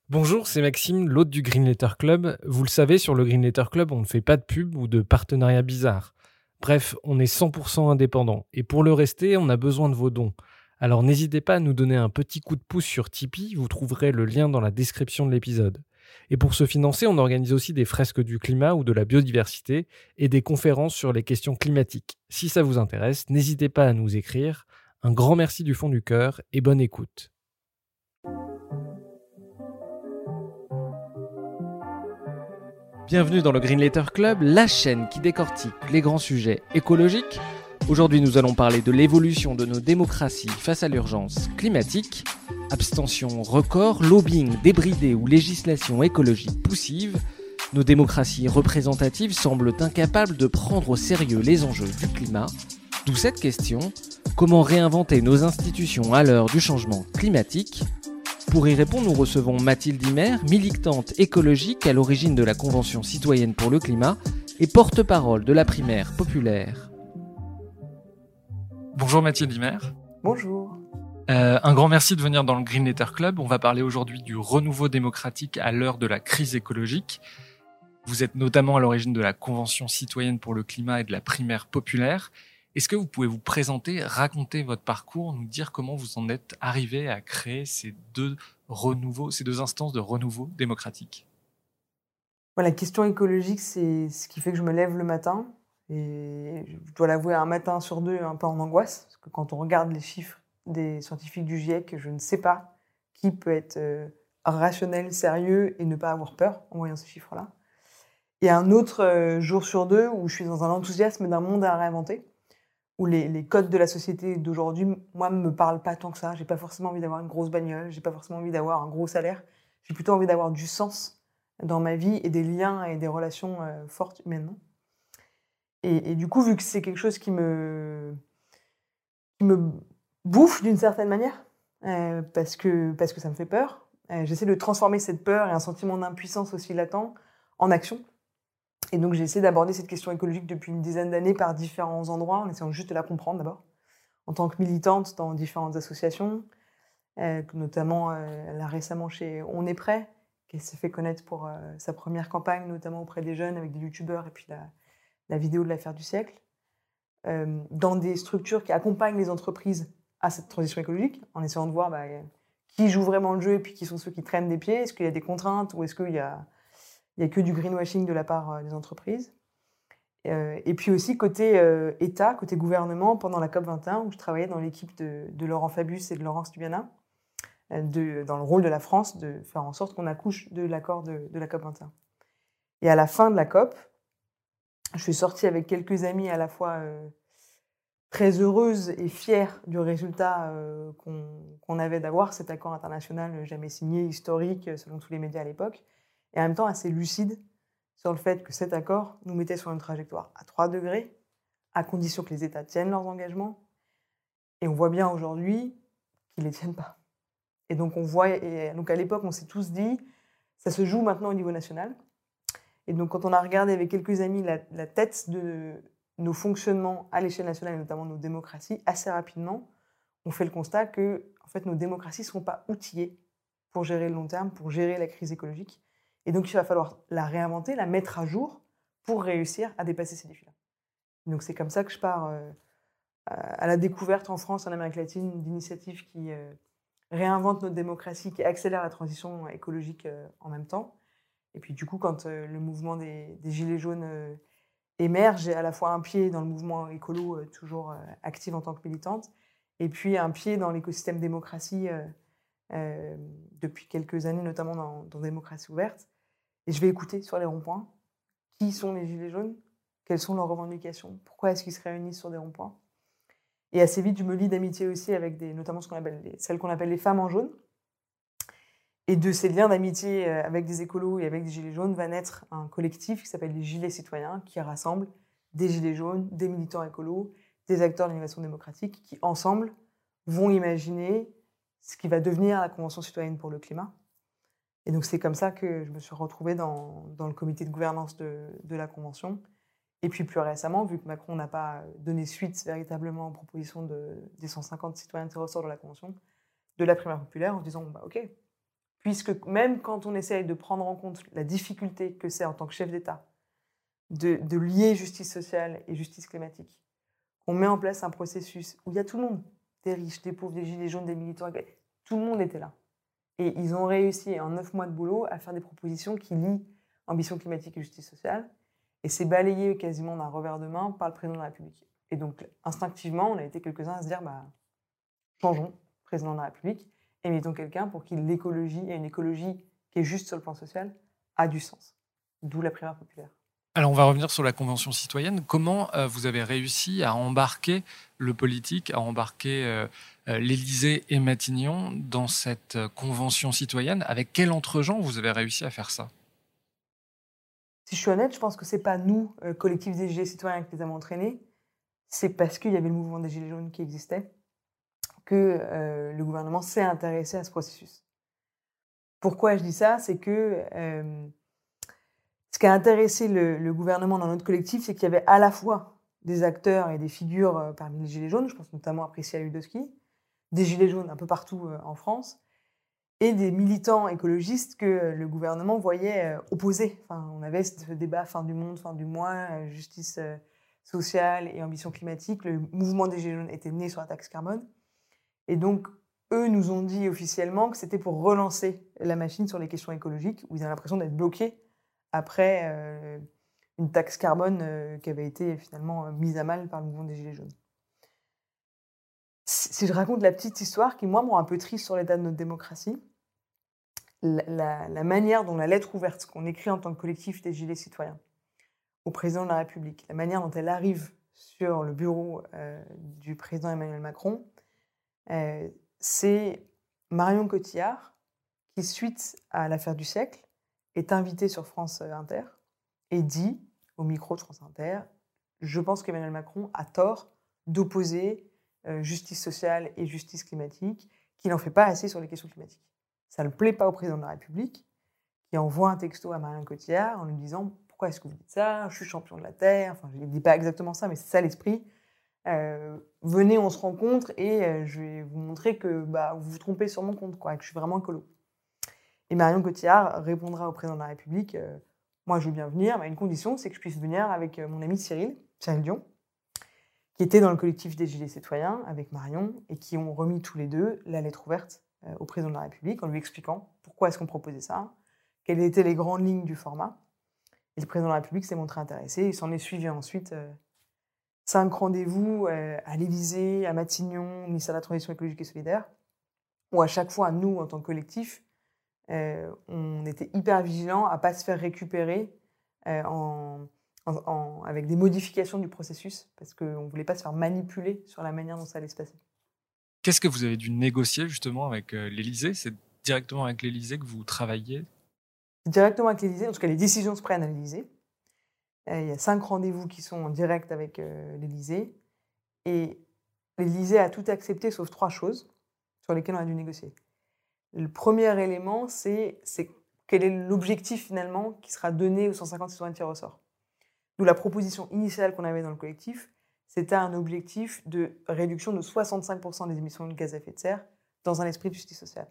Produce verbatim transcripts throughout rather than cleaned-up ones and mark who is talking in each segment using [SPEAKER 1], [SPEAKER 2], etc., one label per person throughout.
[SPEAKER 1] Bonjour, c'est Maxime, l'hôte du Green Letter Club. Vous le savez, sur le Green Letter Club, on ne fait pas de pub ou de partenariat bizarre. Bref, on est cent pour cent indépendant. Et pour le rester, on a besoin de vos dons. Alors n'hésitez pas à nous donner un petit coup de pouce sur Tipeee, vous trouverez le lien dans la description de l'épisode. Et pour se financer, on organise aussi des fresques du climat ou de la biodiversité et des conférences sur les questions climatiques. Si ça vous intéresse, n'hésitez pas à nous écrire. Un grand merci du fond du cœur et bonne écoute. Bienvenue dans le Green Letter Club, la chaîne qui décortique les grands sujets écologiques. Aujourd'hui, nous allons parler de l'évolution de nos démocraties face à l'urgence climatique. Abstention record, lobbying débridé ou législation écologique poussive. Nos démocraties représentatives semblent incapables de prendre au sérieux les enjeux du climat. D'où cette question, comment réinventer nos institutions à l'heure du changement climatique ? Pour y répondre, nous recevons Mathilde Imer, militante écologique à l'origine de la Convention citoyenne pour le climat et porte-parole de la primaire populaire. Bonjour Mathilde Imer.
[SPEAKER 2] Bonjour.
[SPEAKER 1] Euh, un grand merci de venir dans le Green Letter Club. On va parler aujourd'hui du renouveau démocratique à l'heure de la crise écologique. Vous êtes notamment à l'origine de la Convention citoyenne pour le climat et de la primaire populaire. Est-ce que vous pouvez vous présenter, raconter votre parcours, nous dire comment vous en êtes arrivé à créer ces deux renouveaux, ces deux instances de renouveau démocratique ?
[SPEAKER 2] Voilà, la question écologique, c'est ce qui fait que je me lève le matin. Et je dois l'avouer, un matin sur deux, un peu en angoisse. Parce que quand on regarde les chiffres des scientifiques du GIEC, je ne sais pas qui peut être euh, rationnel, sérieux et ne pas avoir peur en voyant ces chiffres-là. Et un autre euh, jour sur deux où je suis dans un enthousiasme d'un monde à réinventer, où les, les codes de la société d'aujourd'hui, moi, ne me parlent pas tant que ça. J'ai pas forcément envie d'avoir une grosse bagnole, j'ai pas forcément envie d'avoir un gros salaire. J'ai plutôt envie d'avoir du sens dans ma vie et des liens et des relations euh, fortes humainement. Et, et du coup, vu que c'est quelque chose qui me, qui me bouffe d'une certaine manière, euh, parce, que, parce que ça me fait peur, euh, j'essaie de transformer cette peur et un sentiment d'impuissance aussi latent en action. Et donc, j'ai essayé d'aborder cette question écologique depuis une dizaine d'années par différents endroits, en essayant juste de la comprendre d'abord, en tant que militante dans différentes associations, euh, notamment euh, là récemment chez On est prêt, qui s'est fait connaître pour euh, sa première campagne, notamment auprès des jeunes, avec des youtubeurs et puis la, la vidéo de l'affaire du siècle, euh, dans des structures qui accompagnent les entreprises à cette transition écologique, en essayant de voir bah, qui joue vraiment le jeu et puis qui sont ceux qui traînent des pieds, est-ce qu'il y a des contraintes ou est-ce qu'il y a... Il n'y a que du greenwashing de la part des entreprises. Euh, et puis aussi côté euh, État, côté gouvernement, pendant la COP vingt et un, où je travaillais dans l'équipe de, de Laurent Fabius et de Laurence Tubiana, euh, de, dans le rôle de la France, de faire en sorte qu'on accouche de l'accord de, de la COP vingt et un. Et à la fin de la COP, je suis sortie avec quelques amis à la fois euh, très heureuse et fière du résultat euh, qu'on, qu'on avait d'avoir, cet accord international jamais signé, historique, selon tous les médias à l'époque, et en même temps assez lucide sur le fait que cet accord nous mettait sur une trajectoire à trois degrés, à condition que les États tiennent leurs engagements. Et on voit bien aujourd'hui qu'ils ne les tiennent pas. Et donc, on voit, et donc à l'époque, on s'est tous dit, ça se joue maintenant au niveau national. Et donc, quand on a regardé avec quelques amis la, la tête de nos fonctionnements à l'échelle nationale, et notamment nos démocraties, assez rapidement, on fait le constat que en fait, nos démocraties ne sont pas outillées pour gérer le long terme, pour gérer la crise écologique. Et donc, il va falloir la réinventer, la mettre à jour pour réussir à dépasser ces défis-là. Donc, c'est comme ça que je pars euh, à la découverte en France, en Amérique latine, d'initiatives qui euh, réinventent notre démocratie, qui accélèrent la transition écologique euh, en même temps. Et puis, du coup, quand euh, le mouvement des, des Gilets jaunes euh, émerge, j'ai à la fois un pied dans le mouvement écolo, euh, toujours euh, active en tant que militante, et puis un pied dans l'écosystème démocratie euh, euh, depuis quelques années, notamment dans, dans Démocratie ouverte. Et je vais écouter sur les ronds-points qui sont les Gilets jaunes, quelles sont leurs revendications, pourquoi est-ce qu'ils se réunissent sur des ronds-points. Et assez vite, je me lie d'amitié aussi avec des, notamment ce qu'on appelle les, celles qu'on appelle les femmes en jaune. Et de ces liens d'amitié avec des écolos et avec des Gilets jaunes va naître un collectif qui s'appelle les Gilets citoyens, qui rassemble des Gilets jaunes, des militants écolos, des acteurs de l'innovation démocratique, qui ensemble vont imaginer ce qui va devenir la Convention citoyenne pour le climat. Et donc, c'est comme ça que je me suis retrouvée dans, dans le comité de gouvernance de, de la Convention. Et puis, plus récemment, vu que Macron n'a pas donné suite véritablement aux propositions de, des cent cinquante citoyens qui ressortent de la Convention, de la primaire populaire, en se disant, bah, OK, puisque même quand on essaye de prendre en compte la difficulté que c'est en tant que chef d'État de, de lier justice sociale et justice climatique, on met en place un processus où il y a tout le monde, des riches, des pauvres, des gilets jaunes, des militants, tout le monde était là. Et ils ont réussi en neuf mois de boulot à faire des propositions qui lient ambition climatique et justice sociale, et c'est balayé quasiment d'un revers de main par le président de la République. Et donc, instinctivement, on a été quelques-uns à se dire, bah, changeons, président de la République, et mettons quelqu'un pour qui l'écologie, et une écologie qui est juste sur le plan social, a du sens. D'où la primaire populaire.
[SPEAKER 1] Alors, on va revenir sur la Convention citoyenne. Comment euh, vous avez réussi à embarquer le politique, à embarquer euh, euh, l'Élysée et Matignon dans cette euh, Convention citoyenne? Avec quel entre-gens vous avez réussi à faire ça?
[SPEAKER 2] Si je suis honnête, je pense que ce n'est pas nous, euh, collectif des Gilets citoyens, qui les avons entraînés. C'est parce qu'il y avait le mouvement des Gilets jaunes qui existait que euh, le gouvernement s'est intéressé à ce processus. Pourquoi je dis ça? C'est que euh, ce qui a intéressé le, le gouvernement dans notre collectif, c'est qu'il y avait à la fois des acteurs et des figures euh, parmi les Gilets jaunes, je pense notamment à Priscilla Ludowski, des Gilets jaunes un peu partout euh, en France, et des militants écologistes que le gouvernement voyait euh, opposés. Enfin, on avait ce débat fin du monde, fin du mois, euh, justice euh, sociale et ambition climatique. Le mouvement des Gilets jaunes était né sur la taxe carbone. Et donc, eux nous ont dit officiellement que c'était pour relancer la machine sur les questions écologiques, où ils avaient l'impression d'être bloqués après euh, une taxe carbone euh, qui avait été finalement euh, mise à mal par le mouvement des Gilets jaunes. Si je raconte la petite histoire qui, moi, me rend un peu triste sur l'état de notre démocratie, la, la, la manière dont la lettre ouverte qu'on écrit en tant que collectif des Gilets citoyens au président de la République, la manière dont elle arrive sur le bureau euh, du président Emmanuel Macron, euh, c'est Marion Cotillard qui, suite à l'affaire du siècle, est invitée sur France Inter et dit au micro de France Inter « Je pense qu'Emmanuel Macron a tort d'opposer euh, justice sociale et justice climatique, qu'il n'en fait pas assez sur les questions climatiques. » Ça ne plaît pas au président de la République, qui envoie un texto à Marion Cotillard en lui disant « Pourquoi est-ce que vous dites ça? Je suis champion de la Terre. » Enfin, je ne dis pas exactement ça, mais c'est ça l'esprit. Euh, venez, on se rencontre et euh, je vais vous montrer que bah, vous vous trompez sur mon compte, quoi, et que je suis vraiment écolo. Et Marion Cotillard répondra au président de la République euh, « Moi, je veux bien venir, mais à une condition, c'est que je puisse venir avec euh, mon ami Cyril, Cyril Dion, qui était dans le collectif des Gilets citoyens avec Marion et qui ont remis tous les deux la lettre ouverte euh, au président de la République en lui expliquant pourquoi est-ce qu'on proposait ça, quelles étaient les grandes lignes du format. Et le président de la République s'est montré intéressé. Il s'en est suivi ensuite euh, cinq rendez-vous euh, à l'Élysée, à Matignon, au ministère de la Transition écologique et solidaire, où à chaque fois, nous, en tant que collectif, euh, on était hyper vigilants à ne pas se faire récupérer euh, en, en, en, avec des modifications du processus, parce qu'on ne voulait pas se faire manipuler sur la manière dont ça allait se passer.
[SPEAKER 1] Qu'est-ce que vous avez dû négocier justement avec euh, l'Élysée? C'est directement avec l'Élysée que vous travaillez?
[SPEAKER 2] Directement avec l'Élysée, en tout cas les décisions se prennent à l'Élysée. Euh, il y a cinq rendez-vous qui sont en direct avec euh, l'Élysée. Et l'Élysée a tout accepté sauf trois choses sur lesquelles on a dû négocier. Le premier élément, c'est, c'est quel est l'objectif finalement qui sera donné aux cent cinquante citoyens de tir au sort. D'où la proposition initiale qu'on avait dans le collectif, c'était un objectif de réduction de soixante-cinq pour cent des émissions de gaz à effet de serre dans un esprit de justice sociale.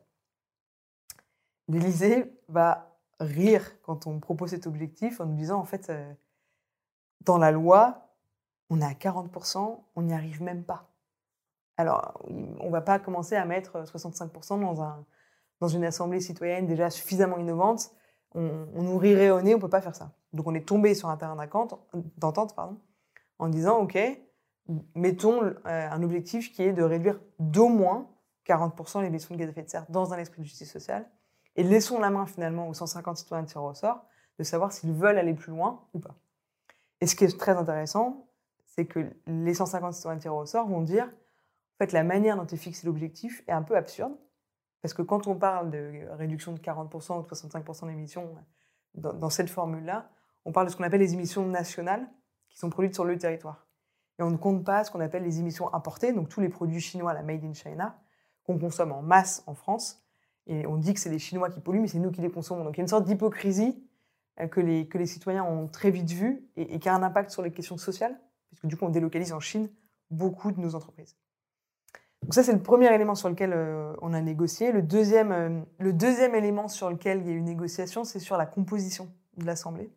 [SPEAKER 2] L'Élysée va rire quand on propose cet objectif en nous disant en fait, euh, dans la loi, on est à quarante pour cent, on n'y arrive même pas. Alors, on ne va pas commencer à mettre soixante-cinq pour cent dans, un, dans une assemblée citoyenne déjà suffisamment innovante. On, on nous rirait au nez, on ne peut pas faire ça. Donc, on est tombé sur un terrain d'entente pardon, en disant, OK, mettons euh, un objectif qui est de réduire d'au moins quarante pour cent les émissions de gaz à effet de serre dans un esprit de justice sociale et laissons la main finalement aux cent cinquante citoyens de tir au sort de savoir s'ils veulent aller plus loin ou pas. Et ce qui est très intéressant, c'est que les cent cinquante citoyens de tir au sort vont dire en fait, la manière dont est fixé l'objectif est un peu absurde, parce que quand on parle de réduction de quarante pour cent ou de soixante-cinq pour cent d'émissions dans, dans cette formule-là, on parle de ce qu'on appelle les émissions nationales qui sont produites sur le territoire. Et on ne compte pas ce qu'on appelle les émissions importées, donc tous les produits chinois, la Made in China, qu'on consomme en masse en France. Et on dit que c'est les Chinois qui polluent, mais c'est nous qui les consommons. Donc il y a une sorte d'hypocrisie que les, que les citoyens ont très vite vue et, et qui a un impact sur les questions sociales, puisque du coup on délocalise en Chine beaucoup de nos entreprises. Donc ça, c'est le premier élément sur lequel euh, on a négocié. Le deuxième, euh, le deuxième élément sur lequel il y a eu négociation, c'est sur la composition de l'Assemblée,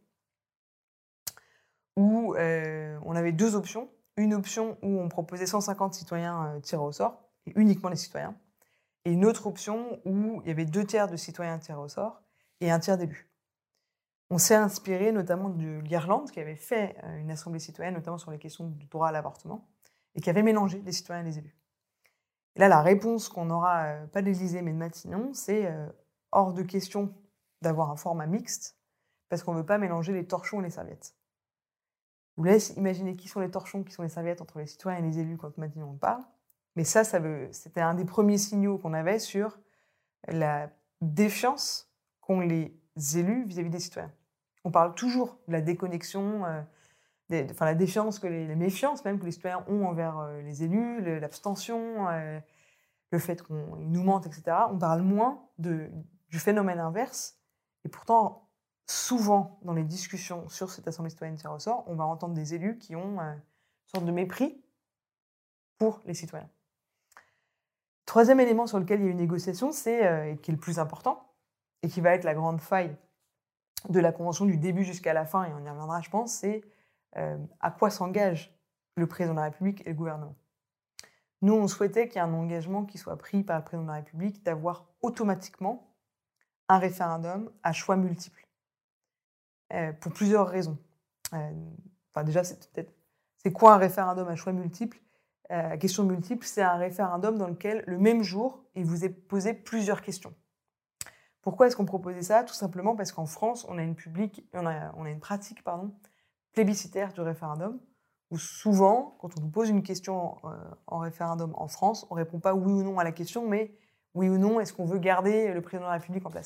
[SPEAKER 2] où euh, on avait deux options. Une option où on proposait cent cinquante citoyens euh, tirés au sort, et uniquement les citoyens, et une autre option où il y avait deux tiers de citoyens tirés au sort et un tiers d'élus. On s'est inspiré notamment de l'Irlande, qui avait fait euh, une assemblée citoyenne, notamment sur les questions du droit à l'avortement, et qui avait mélangé les citoyens et les élus. Et là, la réponse qu'on aura, euh, pas de l'Élysée, mais de Matignon, c'est euh, hors de question d'avoir un format mixte, parce qu'on ne veut pas mélanger les torchons et les serviettes. Je vous laisse imaginer qui sont les torchons, qui sont les serviettes entre les citoyens et les élus quand Matignon en parle. Mais ça, ça veut, c'était un des premiers signaux qu'on avait sur la défiance qu'ont les élus vis-à-vis des citoyens. On parle toujours de la déconnexion, euh, des, enfin la défiance, que les, la méfiance même que les citoyens ont envers euh, les élus, le, l'abstention, euh, le fait qu'ils nous mentent, et cetera. On parle moins de, du phénomène inverse. Et pourtant, souvent, dans les discussions sur cette Assemblée citoyenne tirée au sort, on va entendre des élus qui ont euh, une sorte de mépris pour les citoyens. Troisième élément sur lequel il y a eu une négociation, c'est, euh, et qui est le plus important, et qui va être la grande faille de la Convention du début jusqu'à la fin, et on y reviendra, je pense, c'est euh, à quoi s'engage le président de la République et le gouvernement. Nous, on souhaitait qu'il y ait un engagement qui soit pris par le président de la République d'avoir automatiquement un référendum à choix multiples, euh, pour plusieurs raisons. Euh, enfin, déjà, c'est peut-être, c'est quoi un référendum à choix multiples ? Euh, question multiple, c'est un référendum dans lequel, le même jour, il vous est posé plusieurs questions. Pourquoi est-ce qu'on proposait ça ? Tout simplement parce qu'en France, on a une, publique, on a, on a une pratique pardon, plébiscitaire du référendum, où souvent, quand on nous pose une question euh, en référendum en France, on ne répond pas oui ou non à la question, mais oui ou non, est-ce qu'on veut garder le président de la République en place ?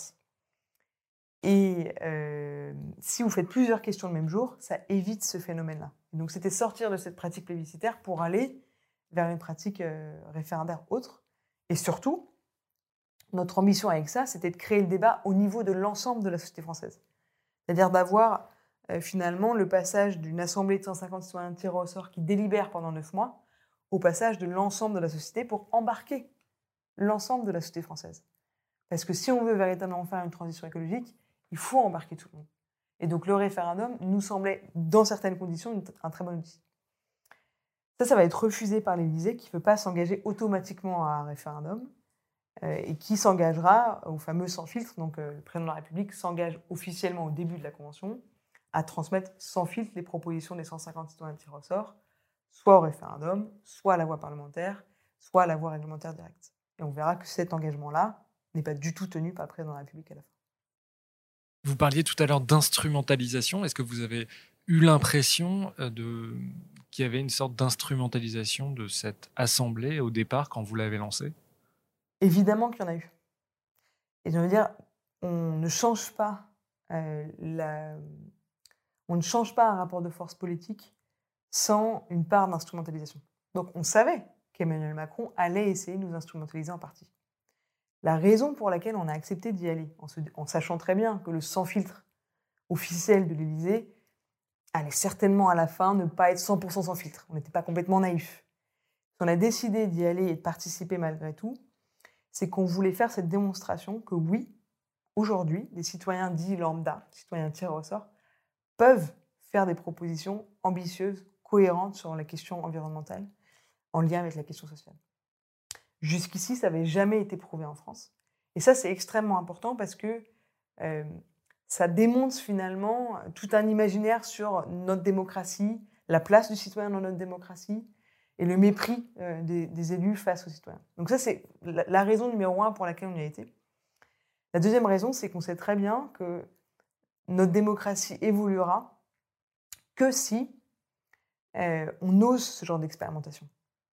[SPEAKER 2] Et euh, si vous faites plusieurs questions le même jour, ça évite ce phénomène-là. Et donc c'était sortir de cette pratique plébiscitaire pour aller vers une pratique euh, référendaire autre. Et surtout, notre ambition avec ça, c'était de créer le débat au niveau de l'ensemble de la société française. C'est-à-dire d'avoir euh, finalement le passage d'une assemblée de cent cinquante citoyens tirés au sort qui délibèrent pendant neuf mois au passage de l'ensemble de la société pour embarquer l'ensemble de la société française. Parce que si on veut véritablement faire une transition écologique, il faut embarquer tout le monde. Et donc le référendum nous semblait, dans certaines conditions, un très bon outil. Ça, ça va être refusé par l'Élysée, qui ne veut pas s'engager automatiquement à un référendum, euh, et qui s'engagera au fameux sans filtre. Donc euh, le président de la République s'engage officiellement au début de la Convention à transmettre sans filtre les propositions des cent cinquante citoyens tirés au sort, soit au référendum, soit à la voie parlementaire, soit à la voie réglementaire directe. Et on verra que cet engagement-là n'est pas du tout tenu par le président de la République à la fin.
[SPEAKER 1] Vous parliez tout à l'heure d'instrumentalisation. Est-ce que vous avez eu l'impression de... qu'il y avait une sorte d'instrumentalisation de cette assemblée au départ quand vous l'avez lancée ?
[SPEAKER 2] Évidemment qu'il y en a eu. Et je veux dire, on ne change pas, euh, la... on ne change pas un rapport de force politique sans une part d'instrumentalisation. Donc on savait qu'Emmanuel Macron allait essayer de nous instrumentaliser en partie. La raison pour laquelle on a accepté d'y aller, en, se, en sachant très bien que le sans filtre officiel de l'Élysée allait certainement à la fin ne pas être cent pour cent sans filtre. On n'était pas complètement naïfs. Si on a décidé d'y aller et de participer malgré tout, c'est qu'on voulait faire cette démonstration que oui, aujourd'hui, des citoyens dits lambda, citoyens tirés au sort, peuvent faire des propositions ambitieuses, cohérentes sur la question environnementale, en lien avec la question sociale. Jusqu'ici, ça n'avait jamais été prouvé en France. Et ça, c'est extrêmement important parce que euh, ça démontre finalement tout un imaginaire sur notre démocratie, la place du citoyen dans notre démocratie et le mépris euh, des, des élus face aux citoyens. Donc ça, c'est la, la raison numéro un pour laquelle on y a été. La deuxième raison, c'est qu'on sait très bien que notre démocratie évoluera que si euh, on ose ce genre d'expérimentation.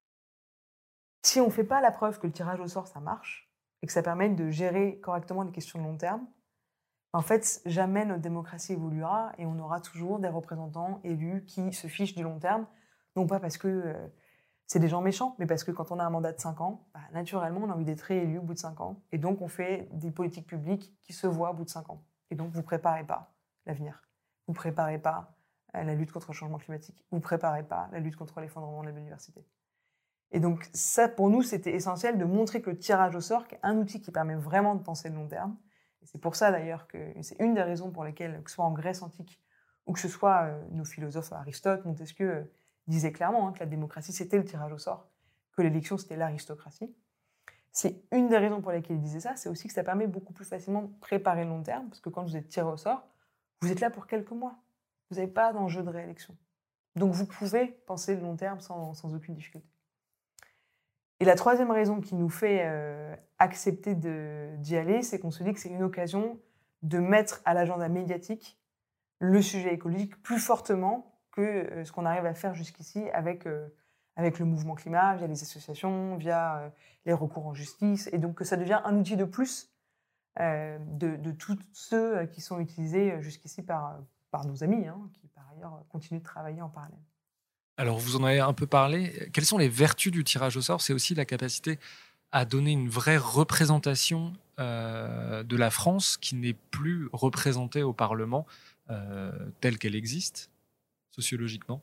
[SPEAKER 2] Si on ne fait pas la preuve que le tirage au sort, ça marche, et que ça permet de gérer correctement les questions de long terme, en fait, jamais notre démocratie évoluera et on aura toujours des représentants élus qui se fichent du long terme, non pas parce que euh, c'est des gens méchants, mais parce que quand on a un mandat de cinq ans, bah, naturellement, on a envie d'être réélu au bout de cinq ans, et donc on fait des politiques publiques qui se voient au bout de cinq ans. Et donc, vous ne préparez pas l'avenir. Vous ne préparez pas la lutte contre le changement climatique. Vous ne préparez pas la lutte contre l'effondrement de la biodiversité. Et donc ça, pour nous, c'était essentiel de montrer que le tirage au sort, qui est un outil qui permet vraiment de penser le long terme, et c'est pour ça d'ailleurs que c'est une des raisons pour lesquelles, que ce soit en Grèce antique ou que ce soit euh, nos philosophes Aristote, Montesquieu, euh, disaient clairement hein, que la démocratie, c'était le tirage au sort, que l'élection, c'était l'aristocratie. C'est une des raisons pour lesquelles ils disaient ça, c'est aussi que ça permet beaucoup plus facilement de préparer le long terme, parce que quand vous êtes tiré au sort, vous êtes là pour quelques mois. Vous n'avez pas d'enjeu de réélection. Donc vous pouvez penser le long terme sans, sans aucune difficulté. Et la troisième raison qui nous fait euh, accepter de, d'y aller, c'est qu'on se dit que c'est une occasion de mettre à l'agenda médiatique le sujet écologique plus fortement que euh, ce qu'on arrive à faire jusqu'ici avec, euh, avec le mouvement climat, via les associations, via euh, les recours en justice, et donc que ça devient un outil de plus euh, de, de tous ceux qui sont utilisés jusqu'ici par, par nos amis, hein, qui par ailleurs continuent de travailler en parallèle.
[SPEAKER 1] Alors, vous en avez un peu parlé. Quelles sont les vertus du tirage au sort? C'est aussi la capacité à donner une vraie représentation euh, de la France qui n'est plus représentée au Parlement euh, telle qu'elle existe, sociologiquement.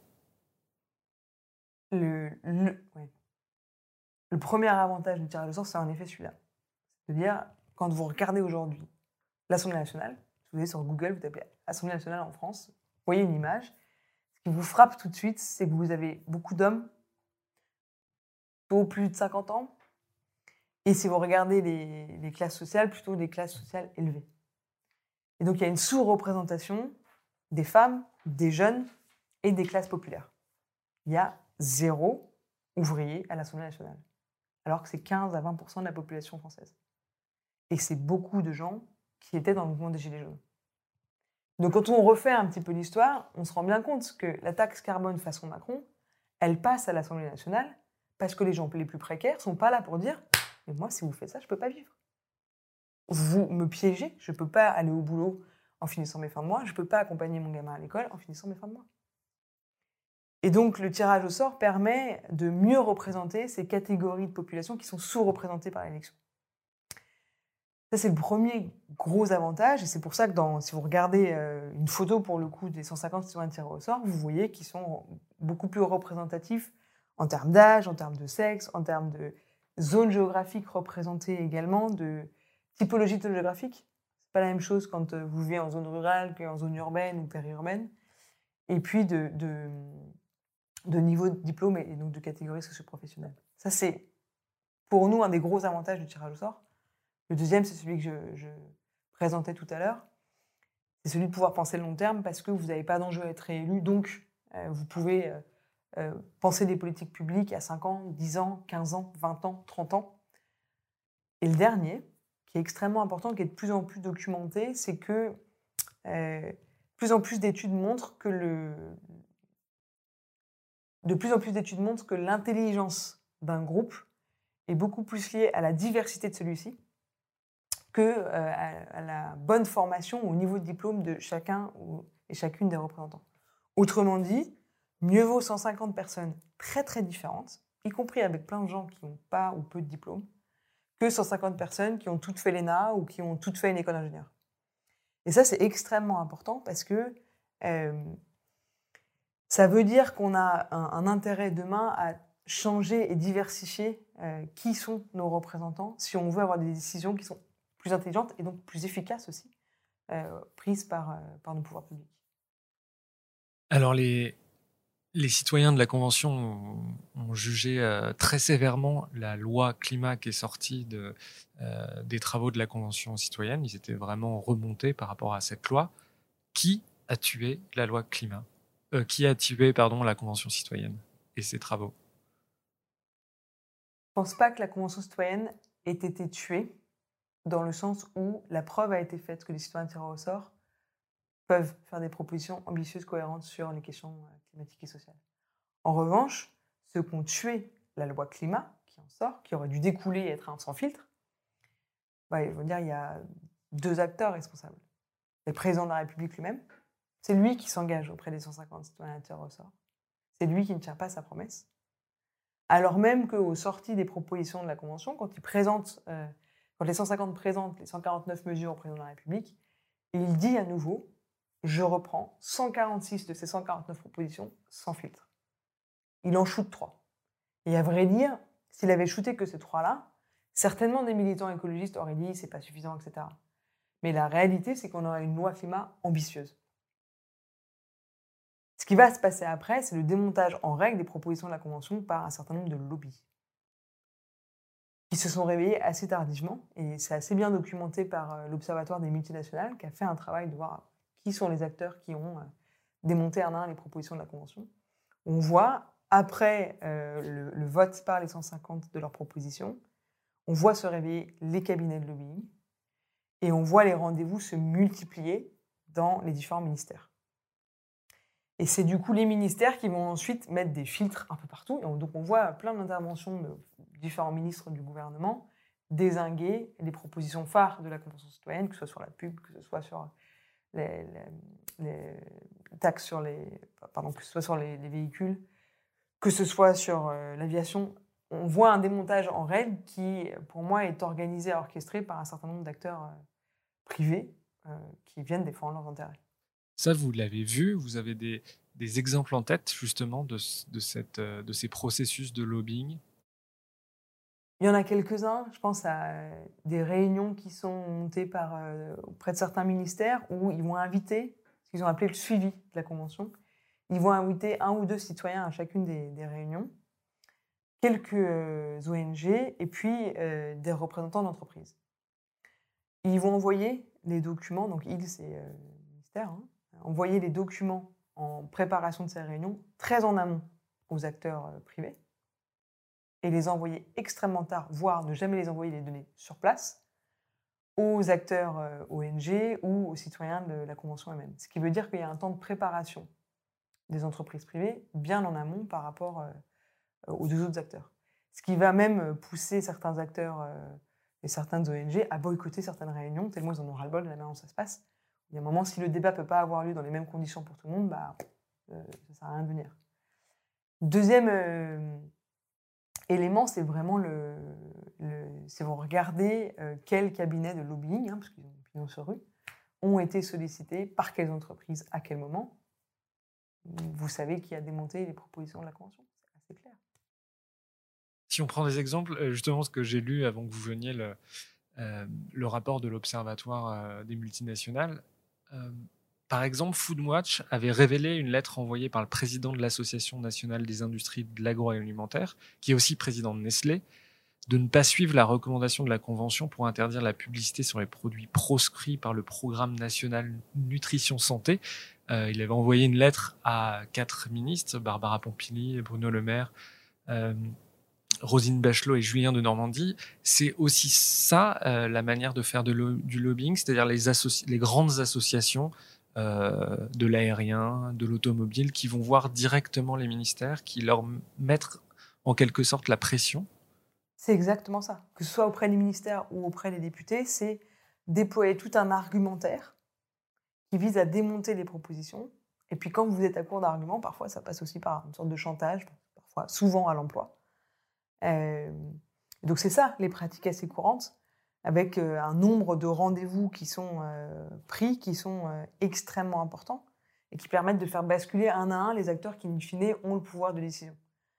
[SPEAKER 2] Le, le, ouais. le premier avantage du tirage au sort, c'est en effet celui-là. C'est-à-dire, quand vous regardez aujourd'hui l'Assemblée nationale, si vous allez sur Google, vous tapez Assemblée nationale en France, vous voyez une image. Ce qui vous frappe tout de suite, c'est que vous avez beaucoup d'hommes, plutôt plus de cinquante ans, et si vous regardez les, les classes sociales, plutôt des classes sociales élevées. Et donc il y a une sous-représentation des femmes, des jeunes et des classes populaires. Il y a zéro ouvrier à l'Assemblée nationale, alors que c'est quinze à vingt pour cent de la population française. Et c'est beaucoup de gens qui étaient dans le mouvement des Gilets jaunes. Donc quand on refait un petit peu l'histoire, on se rend bien compte que la taxe carbone façon Macron, elle passe à l'Assemblée nationale parce que les gens les plus précaires ne sont pas là pour dire « mais moi, si vous faites ça, je ne peux pas vivre. Vous me piégez, je ne peux pas aller au boulot en finissant mes fins de mois, je ne peux pas accompagner mon gamin à l'école en finissant mes fins de mois. » Et donc le tirage au sort permet de mieux représenter ces catégories de population qui sont sous-représentées par l'élection. Ça, c'est le premier gros avantage, et c'est pour ça que dans, si vous regardez euh, une photo, pour le coup, des cent cinquante citoyens tirés au sort, vous voyez qu'ils sont beaucoup plus représentatifs en termes d'âge, en termes de sexe, en termes de zone géographique représentée également, de typologie géographique. C'est pas la même chose quand vous vivez en zone rurale qu'en zone urbaine ou périurbaine. Et puis de, de, de niveau de diplôme et donc de catégorie socio-professionnelle. Ça, c'est pour nous un des gros avantages du tirage au sort. Le deuxième, c'est celui que je, je présentais tout à l'heure. C'est celui de pouvoir penser le long terme parce que vous n'avez pas d'enjeu à être réélu. Donc, euh, vous pouvez euh, euh, penser des politiques publiques à cinq ans, dix ans, quinze ans, vingt ans, trente ans. Et le dernier, qui est extrêmement important, qui est de plus en plus documenté, c'est que euh, plus en plus d'études montrent que le... de plus en plus d'études montrent que l'intelligence d'un groupe est beaucoup plus liée à la diversité de celui-ci que euh, à, à la bonne formation au niveau de diplôme de chacun ou, et chacune des représentants. Autrement dit, mieux vaut cent cinquante personnes très très différentes, y compris avec plein de gens qui n'ont pas ou peu de diplôme, que cent cinquante personnes qui ont toutes fait l'E N A ou qui ont toutes fait une école d'ingénieur. Et ça, c'est extrêmement important parce que euh, ça veut dire qu'on a un, un intérêt demain à changer et diversifier euh, qui sont nos représentants si on veut avoir des décisions qui sont plus intelligentes et donc plus efficaces aussi, euh, prises par, euh, par nos pouvoirs publics.
[SPEAKER 1] Alors, les, les citoyens de la Convention ont, ont jugé euh, très sévèrement la loi climat qui est sortie de, euh, des travaux de la Convention citoyenne. Ils étaient vraiment remontés par rapport à cette loi. Qui a tué la loi climat euh, Qui a tué pardon, la Convention citoyenne et ses travaux?
[SPEAKER 2] Je ne pense pas que la Convention citoyenne ait été tuée, dans le sens où la preuve a été faite que les citoyens tirés au sort peuvent faire des propositions ambitieuses, cohérentes sur les questions climatiques et sociales. En revanche, ceux qui ont tué la loi climat, qui en sort, qui aurait dû découler et être un sans filtre, bah, ils vont dire qu'il y a deux acteurs responsables. Le président de la République lui-même, c'est lui qui s'engage auprès des cent cinquante citoyens tirés au sort. C'est lui qui ne tient pas sa promesse. Alors même qu'aux sorties des propositions de la Convention, quand, il présente, euh, quand les cent cinquante présentent les cent quarante-neuf mesures au président de la République, il dit à nouveau « Je reprends cent quarante-six de ces cent quarante-neuf propositions sans filtre ». Il en shoot trois. Et à vrai dire, s'il avait shooté que ces trois-là, certainement des militants écologistes auraient dit c'est pas suffisant, et cetera. Mais la réalité, c'est qu'on aura une loi climat ambitieuse. Ce qui va se passer après, c'est le démontage en règle des propositions de la Convention par un certain nombre de lobbies qui se sont réveillés assez tardivement. Et c'est assez bien documenté par l'Observatoire des multinationales qui a fait un travail de voir qui sont les acteurs qui ont démonté un à un les propositions de la Convention. On voit, après euh, le, le vote par les cent cinquante de leurs propositions, on voit se réveiller les cabinets de lobbying et on voit les rendez-vous se multiplier dans les différents ministères. Et c'est du coup les ministères qui vont ensuite mettre des filtres un peu partout. Et on, donc on voit plein d'interventions de différents ministres du gouvernement dézinguer les propositions phares de la Convention citoyenne, que ce soit sur la pub, que ce soit sur les, les, les taxes sur les, pardon, que ce soit sur les, les véhicules, que ce soit sur euh, l'aviation. On voit un démontage en règle qui, pour moi, est organisé et orchestré par un certain nombre d'acteurs euh, privés euh, qui viennent défendre leurs intérêts.
[SPEAKER 1] Ça, vous l'avez vu, vous avez des, des exemples en tête, justement, de, de, cette, de ces processus de lobbying?
[SPEAKER 2] Il y en a quelques-uns. Je pense à des réunions qui sont montées par, euh, auprès de certains ministères où ils vont inviter, ce qu'ils ont appelé le suivi de la Convention, ils vont inviter un ou deux citoyens à chacune des, des réunions, quelques euh, O N G et puis euh, des représentants d'entreprises. Ils vont envoyer les documents, donc ils, c'est euh, le ministère, hein, envoyer les documents en préparation de ces réunions très en amont aux acteurs euh, privés et les envoyer extrêmement tard, voire ne jamais les envoyer les données sur place, aux acteurs euh, O N G ou aux citoyens de la Convention elle-même. Ce qui veut dire qu'il y a un temps de préparation des entreprises privées bien en amont par rapport euh, aux deux autres acteurs. Ce qui va même pousser certains acteurs euh, et certaines O N G à boycotter certaines réunions, tellement ils en ont ras-le-bol de la manière dont ça se passe. Il y a un moment, si le débat ne peut pas avoir lieu dans les mêmes conditions pour tout le monde, bah, euh, ça ne sert à rien de venir. Deuxième euh, élément, c'est vraiment le, le c'est vous regardez euh, quels cabinets de lobbying, hein, parce qu'ils ont une opinion sur rue, ont été sollicités par quelles entreprises, à quel moment. Vous savez qui a démonté les propositions de la Convention, c'est assez clair.
[SPEAKER 1] Si on prend des exemples, justement, ce que j'ai lu avant que vous veniez, le, euh, le rapport de l'Observatoire euh, des multinationales, euh, par exemple, Foodwatch avait révélé une lettre envoyée par le président de l'Association nationale des industries de l'agroalimentaire, qui est aussi président de Nestlé, de ne pas suivre la recommandation de la Convention pour interdire la publicité sur les produits proscrits par le Programme national nutrition santé. Euh, il avait envoyé une lettre à quatre ministres, Barbara Pompili, Bruno Le Maire, euh, Roselyne Bachelot et Julien de Normandie. C'est aussi ça, euh, la manière de faire de lo- du lobbying, c'est-à-dire les, associ- les grandes associations euh, de l'aérien, de l'automobile, qui vont voir directement les ministères, qui leur mettent en quelque sorte la pression.
[SPEAKER 2] C'est exactement ça. Que ce soit auprès des ministères ou auprès des députés, c'est déployer tout un argumentaire qui vise à démonter les propositions. Et puis quand vous êtes à court d'arguments, parfois ça passe aussi par une sorte de chantage, parfois souvent à l'emploi. Euh, donc c'est ça, les pratiques assez courantes, avec euh, un nombre de rendez-vous qui sont euh, pris, qui sont euh, extrêmement importants, et qui permettent de faire basculer un à un les acteurs qui, in fine, ont le pouvoir de décision.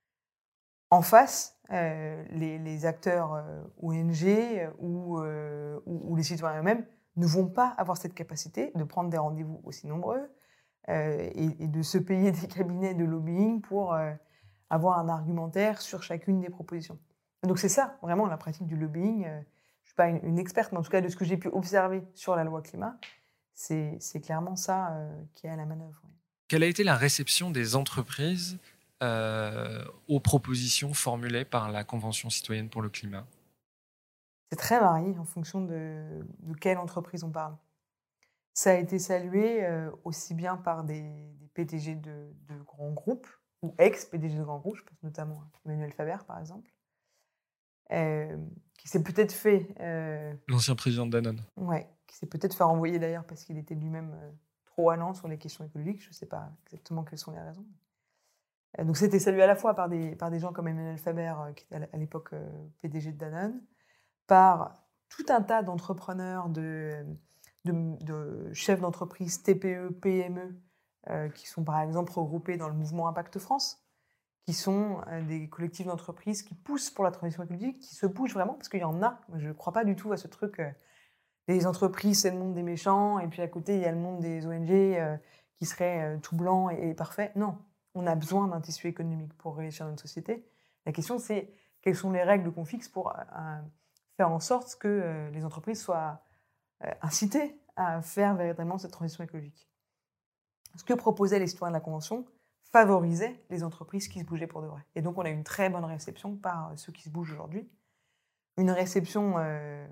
[SPEAKER 2] En face, euh, les, les acteurs euh, O N G euh, ou, euh, ou, ou les citoyens eux-mêmes ne vont pas avoir cette capacité de prendre des rendez-vous aussi nombreux euh, et, et de se payer des cabinets de lobbying pour euh, avoir un argumentaire sur chacune des propositions. Donc c'est ça, vraiment, la pratique du lobbying. Euh, je ne suis pas une, une experte, mais en tout cas, de ce que j'ai pu observer sur la loi climat, c'est, c'est clairement ça euh, qui est à la manœuvre. Oui.
[SPEAKER 1] Quelle a été la réception des entreprises euh, aux propositions formulées par la Convention citoyenne pour le climat?
[SPEAKER 2] C'est très varié en fonction de, de quelle entreprise on parle. Ça a été salué euh, aussi bien par des, des P D G de, de grands groupes, ou ex-P D G de grands groupes, je pense notamment à Emmanuel Faber, par exemple, euh, qui s'est peut-être fait... Euh,
[SPEAKER 1] L'ancien président de Danone.
[SPEAKER 2] Ouais, qui s'est peut-être fait renvoyer d'ailleurs parce qu'il était lui-même euh, trop allant sur les questions écologiques. Je ne sais pas exactement quelles sont les raisons. Euh, donc c'était salué à la fois par des, par des gens comme Emmanuel Faber, euh, qui était à l'époque euh, P D G de Danone, par tout un tas d'entrepreneurs, de, de, de chefs d'entreprise T P E, P M E, euh, qui sont par exemple regroupés dans le mouvement Impact France, qui sont euh, des collectifs d'entreprises qui poussent pour la transition écologique, qui se bougent vraiment, parce qu'il y en a. Je ne crois pas du tout à ce truc, euh, les entreprises, c'est le monde des méchants, et puis à côté, il y a le monde des O N G euh, qui serait euh, tout blanc et, et parfait. Non, on a besoin d'un tissu économique pour réussir notre société. La question, c'est quelles sont les règles qu'on fixe pour euh, faire en sorte que euh, les entreprises soient euh, incitées à faire véritablement cette transition écologique. Ce que proposaient les citoyens de la Convention favorisait les entreprises qui se bougeaient pour de vrai. Et donc, on a une très bonne réception par ceux qui se bougent aujourd'hui. Une réception euh,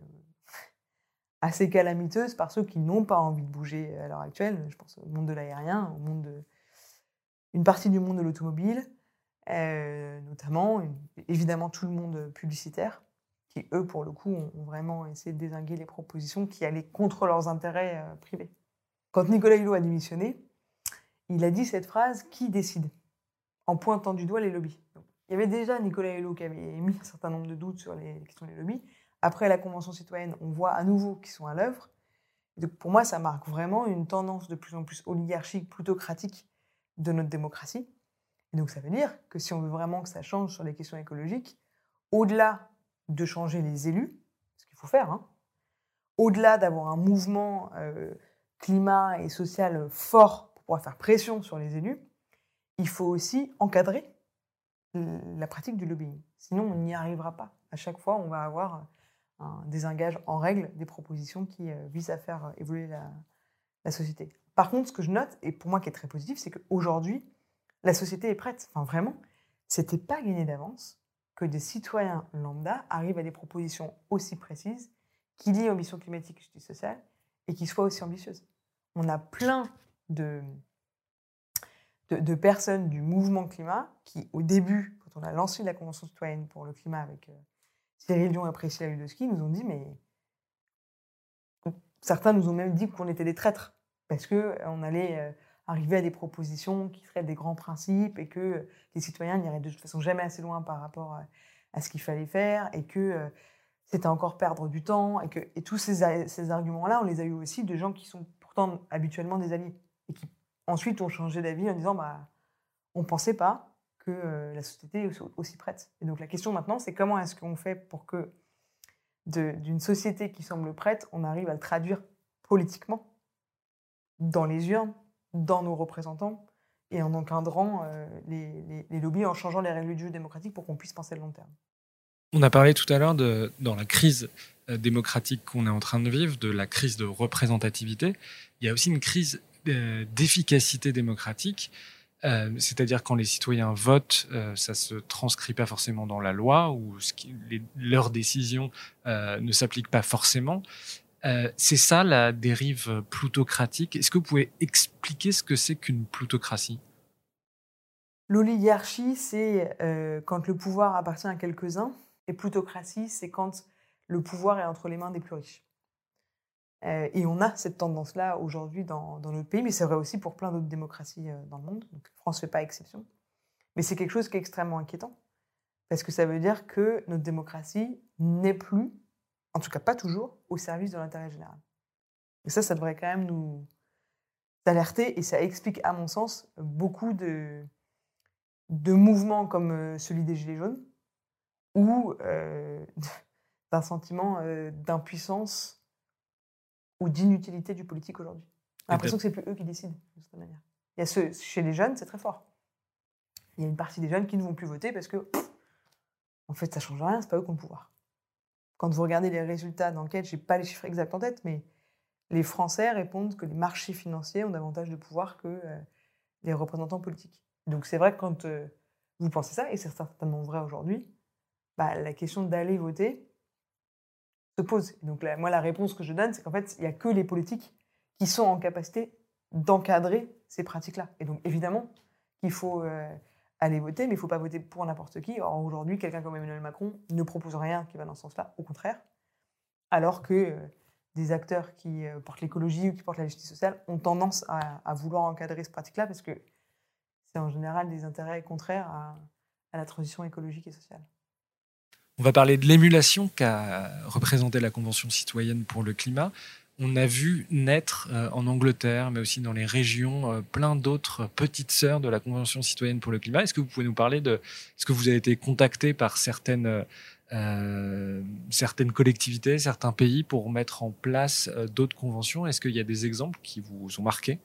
[SPEAKER 2] assez calamiteuse par ceux qui n'ont pas envie de bouger à l'heure actuelle. Je pense au monde de l'aérien, au monde de... une partie du monde de l'automobile, euh, notamment, une... évidemment, tout le monde publicitaire, qui, eux, pour le coup, ont vraiment essayé de dézinguer les propositions qui allaient contre leurs intérêts euh, privés. Quand Nicolas Hulot a démissionné, il a dit cette phrase « Qui décide ?» en pointant du doigt les lobbies. Donc, il y avait déjà Nicolas Hulot qui avait émis un certain nombre de doutes sur les questions des lobbies. Après la Convention citoyenne, on voit à nouveau qu'ils sont à l'œuvre. Donc, pour moi, ça marque vraiment une tendance de plus en plus oligarchique, plutocratique de notre démocratie. Et donc, ça veut dire que si on veut vraiment que ça change sur les questions écologiques, au-delà de changer les élus, ce qu'il faut faire, hein, au-delà d'avoir un mouvement euh, climat et social fort pour pouvoir faire pression sur les élus, il faut aussi encadrer la pratique du lobbying. Sinon, on n'y arrivera pas. À chaque fois, on va avoir un désengage en règle des propositions qui euh, visent à faire évoluer la, la société. Par contre, ce que je note, et pour moi qui est très positif, c'est qu'aujourd'hui, la société est prête. Enfin, vraiment, c'était pas gagné d'avance que des citoyens lambda arrivent à des propositions aussi précises qui lient aux missions climatiques et justice sociale et qui soient aussi ambitieuses. On a plein de, de, de personnes du mouvement climat qui, au début, quand on a lancé la Convention citoyenne pour le climat avec euh, Cyril Dion et Priscilla Ludowski, nous ont dit, mais certains nous ont même dit qu'on était des traîtres parce qu'on allait euh, arriver à des propositions qui seraient des grands principes et que les citoyens n'iraient de toute façon jamais assez loin par rapport à, à ce qu'il fallait faire et que euh, c'était encore perdre du temps. Et, que, et tous ces, ces arguments-là, on les a eu aussi de gens qui sont pourtant habituellement des alliés et qui ensuite ont changé d'avis en disant bah, on ne pensait pas que euh, la société est aussi, aussi prête. Et donc la question maintenant, c'est comment est-ce qu'on fait pour que de, d'une société qui semble prête, on arrive à le traduire politiquement dans les urnes, dans nos représentants, et en encadrant euh, les, les, les lobbies, en changeant les règles du jeu démocratique pour qu'on puisse penser à long terme.
[SPEAKER 1] On a parlé tout à l'heure, de, dans la crise euh, démocratique qu'on est en train de vivre, de la crise de représentativité. Il y a aussi une crise euh, d'efficacité démocratique, euh, c'est-à-dire quand les citoyens votent, euh, ça ne se transcrit pas forcément dans la loi, ou ce qui, les, leurs décisions euh, ne s'appliquent pas forcément. Euh, c'est ça la dérive plutocratique. Est-ce que vous pouvez expliquer ce que c'est qu'une plutocratie ?
[SPEAKER 2] L'oligarchie, c'est euh, quand le pouvoir appartient à quelques-uns, et plutocratie, c'est quand le pouvoir est entre les mains des plus riches. Euh, et on a cette tendance-là aujourd'hui dans, dans notre pays, mais c'est vrai aussi pour plein d'autres démocraties euh, dans le monde. Donc, France ne fait pas exception. Mais c'est quelque chose qui est extrêmement inquiétant, parce que ça veut dire que notre démocratie n'est plus, en tout cas pas toujours, au service de l'intérêt général. Et ça, ça devrait quand même nous alerter, et ça explique, à mon sens, beaucoup de, de mouvements comme celui des Gilets jaunes, ou euh, d'un sentiment euh, d'impuissance ou d'inutilité du politique aujourd'hui. On a l'impression que c'est plus eux qui décident, de cette manière. Il y a ceux, chez les jeunes, c'est très fort. Il y a une partie des jeunes qui ne vont plus voter parce que, pff, en fait, ça ne change rien, c'est pas eux qui ont le pouvoir. Quand vous regardez les résultats d'enquête, je n'ai pas les chiffres exacts en tête, mais les Français répondent que les marchés financiers ont davantage de pouvoir que euh, les représentants politiques. Donc c'est vrai que quand euh, vous pensez ça, et c'est certainement vrai aujourd'hui, bah, la question d'aller voter se pose. Et donc là, moi, la réponse que je donne, c'est qu'en fait, il n'y a que les politiques qui sont en capacité d'encadrer ces pratiques-là. Et donc évidemment qu'il faut euh, aller voter, mais il ne faut pas voter pour n'importe qui. Or aujourd'hui, quelqu'un comme Emmanuel Macron ne propose rien qui va dans ce sens-là, au contraire, alors que euh, des acteurs qui euh, portent l'écologie ou qui portent la justice sociale ont tendance à, à vouloir encadrer ces pratiques-là parce que c'est en général des intérêts contraires à, à la transition écologique et sociale.
[SPEAKER 1] On va parler de l'émulation qu'a représentée la Convention citoyenne pour le climat. On a vu naître euh, en Angleterre, mais aussi dans les régions, euh, plein d'autres petites sœurs de la Convention citoyenne pour le climat. Est-ce que vous pouvez nous parler de... Est-ce que vous avez été contacté par certaines, euh, certaines collectivités, certains pays pour mettre en place euh, d'autres conventions? Est-ce qu'il y a des exemples qui vous ont marqué?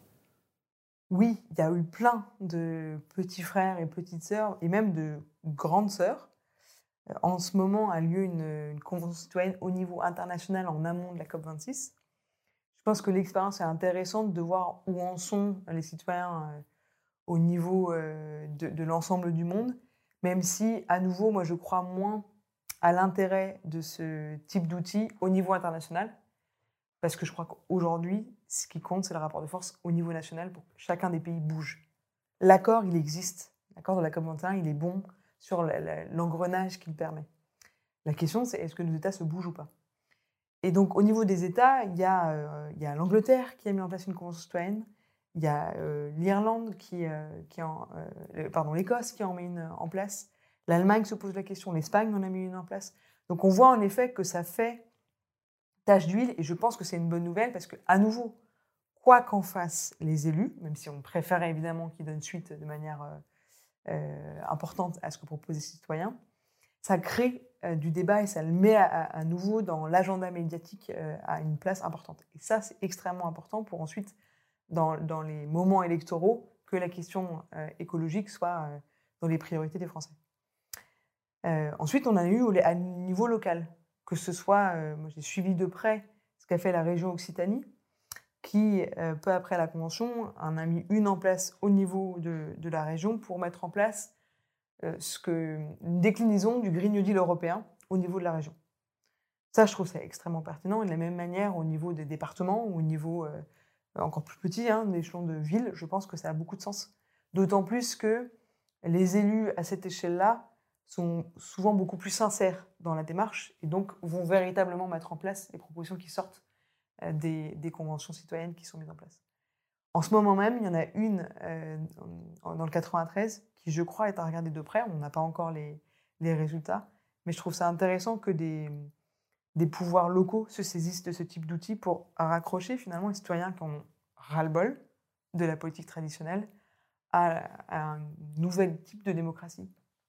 [SPEAKER 2] Oui, il y a eu plein de petits frères et petites sœurs, et même de grandes sœurs. Euh, En ce moment a lieu une, une convention citoyenne au niveau international en amont de la COP vingt-six. Je pense que l'expérience est intéressante de voir où en sont les citoyens euh, au niveau euh, de, de l'ensemble du monde, même si, à nouveau, moi, je crois moins à l'intérêt de ce type d'outils au niveau international, parce que je crois qu'aujourd'hui, ce qui compte, c'est le rapport de force au niveau national pour que chacun des pays bouge. L'accord, il existe. L'accord de la COP vingt et un, il est bon sur la- la- l'engrenage qu'il permet. La question, c'est est-ce que nos États se bougent ou pas? Et donc, au niveau des États, il y a, euh, il y a l'Angleterre qui a mis en place une convention citoyenne, il y a euh, l'Irlande qui, euh, qui en, euh, pardon, l'Écosse qui en met une en place, l'Allemagne se pose la question, l'Espagne en a mis une en place. Donc, on voit en effet que ça fait tache d'huile, et je pense que c'est une bonne nouvelle parce que, à nouveau, quoi qu'en fassent les élus, même si on préférait évidemment qu'ils donnent suite de manière euh, euh, importante à ce que proposent les citoyens, ça crée euh, du débat et ça le met à, à, à nouveau dans l'agenda médiatique euh, à une place importante. Et ça, c'est extrêmement important pour ensuite, dans, dans les moments électoraux, que la question euh, écologique soit euh, dans les priorités des Français. Euh, ensuite, on a eu au- à niveau local, que ce soit, euh, moi j'ai suivi de près ce qu'a fait la région Occitanie, qui, euh, peu après la Convention, en a mis une en place au niveau de, de la région pour mettre en place euh, ce que, une déclinaison du Green New Deal européen au niveau de la région. Ça, je trouve ça extrêmement pertinent. Et de la même manière, au niveau des départements ou au niveau euh, encore plus petit, hein, l'échelon de ville, je pense que ça a beaucoup de sens. D'autant plus que les élus à cette échelle-là sont souvent beaucoup plus sincères dans la démarche et donc vont véritablement mettre en place les propositions qui sortent euh, des, des conventions citoyennes qui sont mises en place. En ce moment même, il y en a une euh, dans le quatre-vingt-treize qui, je crois, est à regarder de près. On n'a pas encore les, les résultats, mais je trouve ça intéressant que des, des pouvoirs locaux se saisissent de ce type d'outils pour raccrocher finalement les citoyens qui ont ras-le-bol de la politique traditionnelle à, à un nouvel type de démocratie.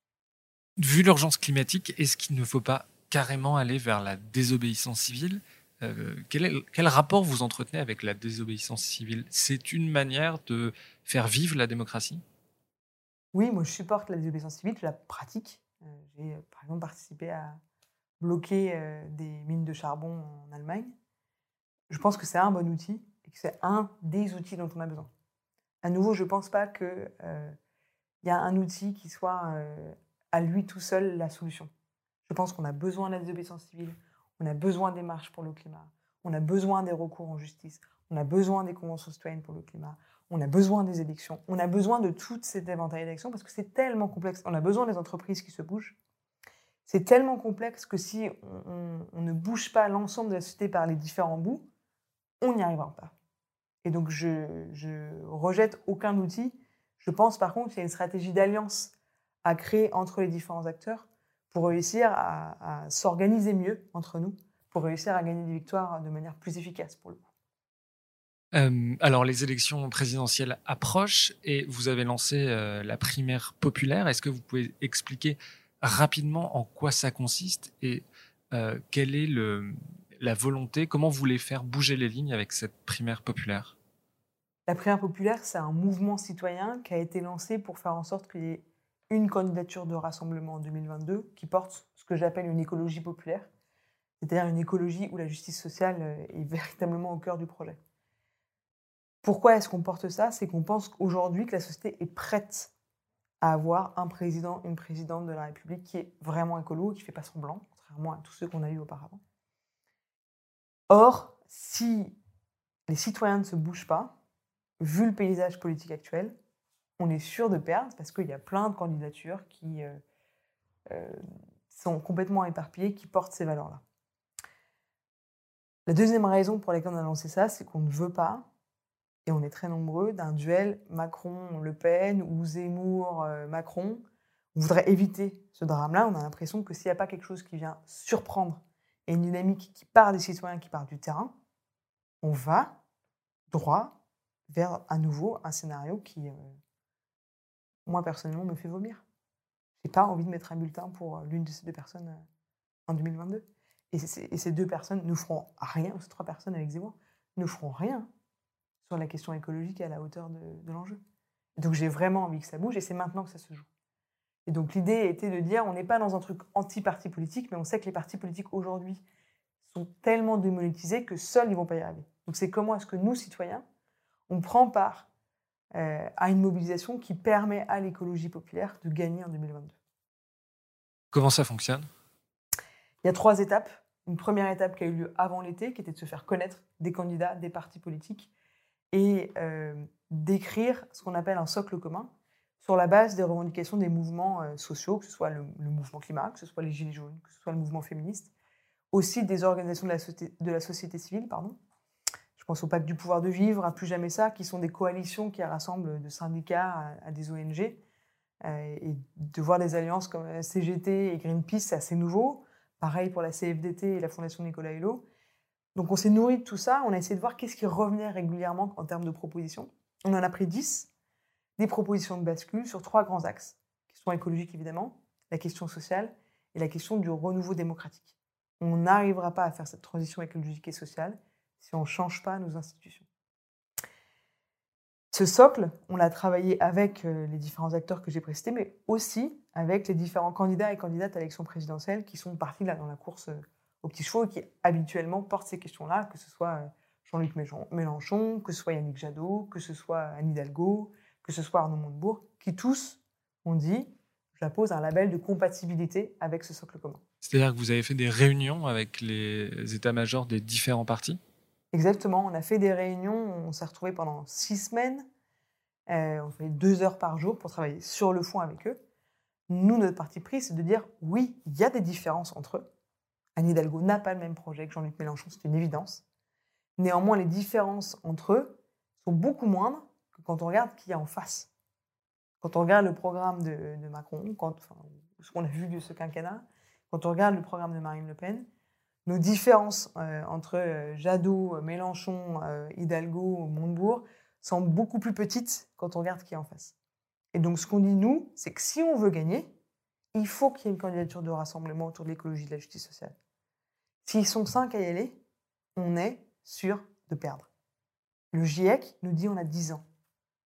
[SPEAKER 1] Vu l'urgence climatique, est-ce qu'il ne faut pas carrément aller vers la désobéissance civile? Euh, quel, est- quel rapport vous entretenez avec la désobéissance civile? C'est une manière de faire vivre la démocratie?
[SPEAKER 2] Oui, moi je supporte la désobéissance civile, je la pratique. Euh, J'ai par exemple participé à bloquer euh, des mines de charbon en Allemagne. Je pense que c'est un bon outil et que c'est un des outils dont on a besoin. À nouveau, je ne pense pas qu'il euh, y a un outil qui soit euh, à lui tout seul la solution. Je pense qu'on a besoin de la désobéissance civile, on a besoin des marches pour le climat, on a besoin des recours en justice, on a besoin des conventions citoyennes pour le climat, on a besoin des élections, on a besoin de toute cette éventail d'actions parce que c'est tellement complexe. On a besoin des entreprises qui se bougent. C'est tellement complexe que si on, on- on ne bouge pas l'ensemble de la société par les différents bouts, on n'y arrivera pas. Et donc, je, je rejette aucun outil. Je pense par contre qu'il y a une stratégie d'alliance à créer entre les différents acteurs pour réussir à, à s'organiser mieux entre nous, pour réussir à gagner des victoires de manière plus efficace pour le coup.
[SPEAKER 1] Euh, alors, les élections présidentielles approchent et vous avez lancé euh, la primaire populaire. Est-ce que vous pouvez expliquer rapidement en quoi ça consiste et euh, quelle est le, la volonté, comment vous voulez faire bouger les lignes avec cette primaire populaire?
[SPEAKER 2] La primaire populaire, c'est un mouvement citoyen qui a été lancé pour faire en sorte qu'il y ait une candidature de rassemblement en deux mille vingt-deux qui porte ce que j'appelle une écologie populaire, c'est-à-dire une écologie où la justice sociale est véritablement au cœur du projet. Pourquoi est-ce qu'on porte ça? C'est qu'on pense aujourd'hui que la société est prête à avoir un président, une présidente de la République qui est vraiment écolo et qui ne fait pas semblant, contrairement à tous ceux qu'on a eus auparavant. Or, si les citoyens ne se bougent pas, vu le paysage politique actuel, on est sûr de perdre parce qu'il y a plein de candidatures qui euh, euh, sont complètement éparpillées, qui portent ces valeurs-là. La deuxième raison pour laquelle on a lancé ça, c'est qu'on ne veut pas, et on est très nombreux, d'un duel Macron-Le Pen ou Zemmour-Macron. On voudrait éviter ce drame-là. On a l'impression que s'il n'y a pas quelque chose qui vient surprendre et une dynamique qui part des citoyens, qui part du terrain, on va droit vers à nouveau un scénario qui, euh, moi personnellement, me fait vomir. Je n'ai pas envie de mettre un bulletin pour euh, l'une de ces deux personnes euh, en deux mille vingt-deux. Et, c'est- et ces deux personnes ne feront rien, ou ces trois personnes avec Zemmour, ne feront rien sur la question écologique à la hauteur de, de l'enjeu. Donc j'ai vraiment envie que ça bouge et c'est maintenant que ça se joue. Et donc l'idée était de dire, on n'est pas dans un truc anti-parti politique, mais on sait que les partis politiques aujourd'hui sont tellement démonétisés que seuls ils ne vont pas y arriver. Donc c'est comment est-ce que nous, citoyens, on prend part euh, à une mobilisation qui permet à l'écologie populaire de gagner en deux mille vingt-deux.
[SPEAKER 1] Comment ça fonctionne ?
[SPEAKER 2] Il y a trois étapes. Une première étape qui a eu lieu avant l'été, qui était de se faire connaître des candidats, des partis politiques, et euh, d'écrire ce qu'on appelle un socle commun sur la base des revendications des mouvements euh, sociaux, que ce soit le, le mouvement climat, que ce soit les Gilets jaunes, que ce soit le mouvement féministe, aussi des organisations de la, société, de la société civile, pardon. Je pense au Pacte du pouvoir de vivre, à Plus jamais ça, qui sont des coalitions qui rassemblent de syndicats à, à des O N G. Euh, et de voir des alliances comme C G T et Greenpeace, c'est assez nouveau. Pareil pour la C F D T et la Fondation Nicolas Hulot. Donc on s'est nourri de tout ça, on a essayé de voir qu'est-ce qui revenait régulièrement en termes de propositions. On en a pris dix, des propositions de bascule sur trois grands axes. La question écologique évidemment, la question sociale et la question du renouveau démocratique. On n'arrivera pas à faire cette transition écologique et sociale si on ne change pas nos institutions. Ce socle, on l'a travaillé avec les différents acteurs que j'ai précités, mais aussi avec les différents candidats et candidates à l'élection présidentielle qui sont partis là dans la course aux petits chevaux et qui habituellement portent ces questions-là, que ce soit Jean-Luc Mélenchon, que ce soit Yannick Jadot, que ce soit Anne Hidalgo, que ce soit Arnaud Montebourg, qui tous ont dit « j'appose un label de compatibilité avec ce socle commun ».
[SPEAKER 1] C'est-à-dire que vous avez fait des réunions avec les états-majors des différents partis ?
[SPEAKER 2] Exactement, on a fait des réunions, on s'est retrouvés pendant six semaines, euh, on fait deux heures par jour pour travailler sur le fond avec eux. Nous, notre parti pris, c'est de dire oui, il y a des différences entre eux. Anne Hidalgo n'a pas le même projet que Jean-Luc Mélenchon, c'est une évidence. Néanmoins, les différences entre eux sont beaucoup moindres que quand on regarde qui est en face. Quand on regarde le programme de, de Macron, quand, enfin, ce qu'on a vu de ce quinquennat, quand on regarde le programme de Marine Le Pen, nos différences euh, entre euh, Jadot, Mélenchon, euh, Hidalgo, Montebourg sont beaucoup plus petites quand on regarde qui est en face. Et donc, ce qu'on dit, nous, c'est que si on veut gagner, il faut qu'il y ait une candidature de rassemblement autour de l'écologie et de la justice sociale. S'ils sont cinq à y aller, on est sûr de perdre. Le GIEC nous dit on a dix ans.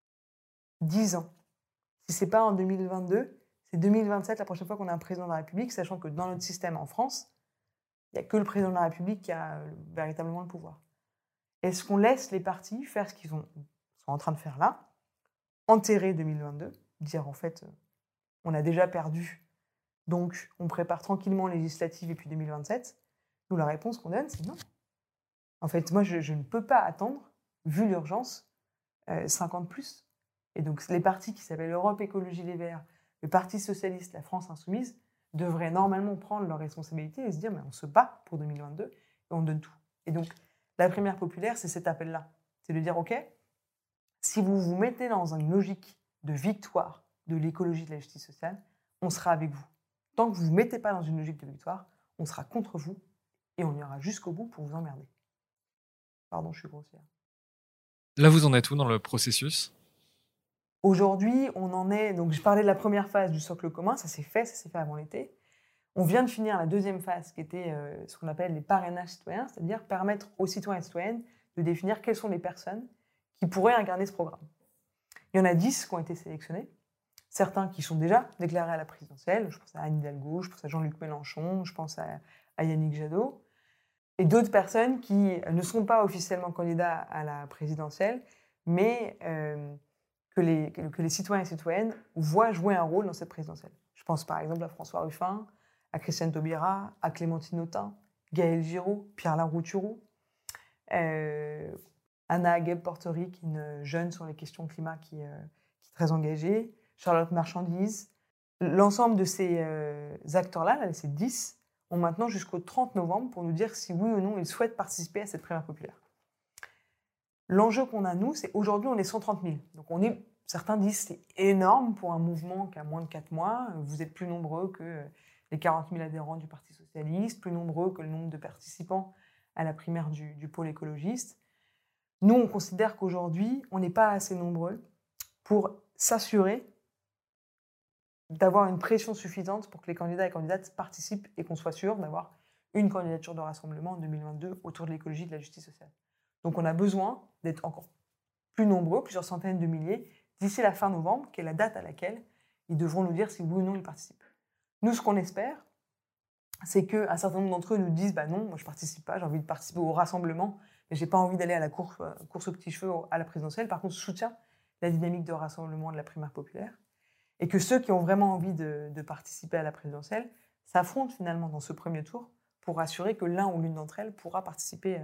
[SPEAKER 2] dix ans. Si ce n'est pas en deux mille vingt-deux, c'est deux mille vingt-sept la prochaine fois qu'on a un président de la République, sachant que dans notre système en France, il n'y a que le président de la République qui a euh, véritablement le pouvoir. Est-ce qu'on laisse les partis faire ce qu'ils sont en train de faire là, enterrer deux mille vingt-deux, dire en fait, on a déjà perdu, donc on prépare tranquillement les législatives et puis deux mille vingt-sept? Nous, la réponse qu'on donne, c'est non. En fait, moi, je, je ne peux pas attendre, vu l'urgence, euh, cinquante plus. Et donc, les partis qui s'appellent Europe Écologie Les Verts, le Parti Socialiste, la France Insoumise, devraient normalement prendre leurs responsabilités et se dire, mais on se bat pour deux mille vingt-deux et on donne tout. Et donc, la primaire populaire, c'est cet appel-là. C'est de dire, OK, si vous vous mettez dans une logique de victoire de l'écologie et de la justice sociale, on sera avec vous. Tant que vous ne vous mettez pas dans une logique de victoire, on sera contre vous et on ira jusqu'au bout pour vous emmerder. Pardon, je suis grossière.
[SPEAKER 1] Là, vous en êtes où dans le processus ?
[SPEAKER 2] Aujourd'hui, on en est... Donc, je parlais de la première phase du socle commun, ça s'est fait, ça s'est fait avant l'été. On vient de finir la deuxième phase, qui était euh, ce qu'on appelle les parrainages citoyens, c'est-à-dire permettre aux citoyens et citoyennes de définir quelles sont les personnes qui pourraient incarner ce programme. Il y en a dix qui ont été sélectionnés, certains qui sont déjà déclarés à la présidentielle, je pense à Anne Hidalgo, je pense à Jean-Luc Mélenchon, je pense à, à Yannick Jadot, et d'autres personnes qui ne sont pas officiellement candidats à la présidentielle, mais euh, que, les, que les citoyens et citoyennes voient jouer un rôle dans cette présidentielle. Je pense par exemple à François Ruffin, à Christiane Taubira, à Clémentine Autain, Gaël Giraud, Pierre Larouturou, euh, Anna Agueb Portoric, une jeune sur les questions climat qui, euh, qui est très engagée, Charlotte Marchandise. L'ensemble de ces euh, acteurs-là, là, ces dix, ont maintenant jusqu'au trente novembre pour nous dire si oui ou non ils souhaitent participer à cette primaire populaire. L'enjeu qu'on a, nous, c'est aujourd'hui, on est cent trente mille. Donc on est, certains disent c'est énorme pour un mouvement qui a moins de quatre mois. Vous êtes plus nombreux que les quarante mille adhérents du Parti socialiste, plus nombreux que le nombre de participants à la primaire du, du pôle écologiste. Nous, on considère qu'aujourd'hui, on n'est pas assez nombreux pour s'assurer d'avoir une pression suffisante pour que les candidats et candidates participent et qu'on soit sûr d'avoir une candidature de rassemblement en deux mille vingt-deux autour de l'écologie et de la justice sociale. Donc on a besoin d'être encore plus nombreux, plusieurs centaines de milliers, d'ici la fin novembre, qui est la date à laquelle ils devront nous dire si oui ou non ils participent. Nous, ce qu'on espère, c'est qu'un certain nombre d'entre eux nous disent bah « non, moi je ne participe pas, j'ai envie de participer au rassemblement, mais je n'ai pas envie d'aller à la course, euh, course aux petits cheveux à la présidentielle. Par contre, je soutiens la dynamique de rassemblement de la primaire populaire. » Et que ceux qui ont vraiment envie de, de participer à la présidentielle s'affrontent finalement dans ce premier tour pour assurer que l'un ou l'une d'entre elles pourra participer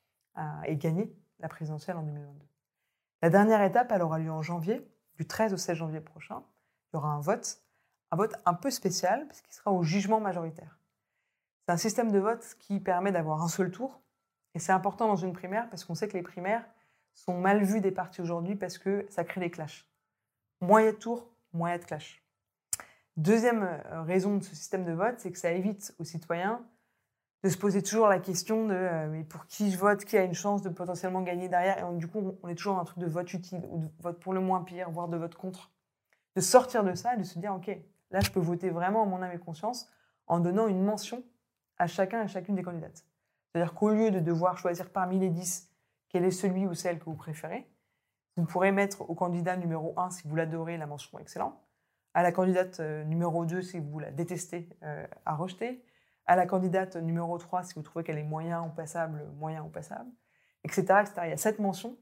[SPEAKER 2] à, et gagner la présidentielle en deux mille vingt-deux. La dernière étape, elle aura lieu en janvier, du treize au seize janvier prochain. Il y aura un vote, un vote un peu spécial, puisqu'il sera au jugement majoritaire. C'est un système de vote qui permet d'avoir un seul tour, et c'est important dans une primaire, parce qu'on sait que les primaires sont mal vues des partis aujourd'hui, parce que ça crée des clashs. Moins il y a de tours, moins il y a de clash. Deuxième raison de ce système de vote, c'est que ça évite aux citoyens de se poser toujours la question de euh, mais pour qui je vote, qui a une chance de potentiellement gagner derrière. Et on, du coup, on est toujours dans un truc de vote utile ou de vote pour le moins pire, voire de vote contre. De sortir de ça et de se dire, OK, là, je peux voter vraiment en mon âme et conscience en donnant une mention à chacun et chacune des candidates. C'est-à-dire qu'au lieu de devoir choisir parmi les dix quel est celui ou celle que vous préférez, vous pourrez mettre au candidat numéro un si vous l'adorez, la mention excellent, à la candidate euh, numéro deux si vous la détestez, euh, à rejeter, à la candidate numéro trois si vous trouvez qu'elle est moyen ou passable, moyen ou passable, et cetera, et cetera. Il y a sept mentions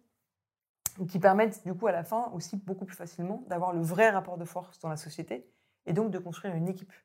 [SPEAKER 2] qui permettent du coup à la fin aussi beaucoup plus facilement d'avoir le vrai rapport de force dans la société et donc de construire une équipe.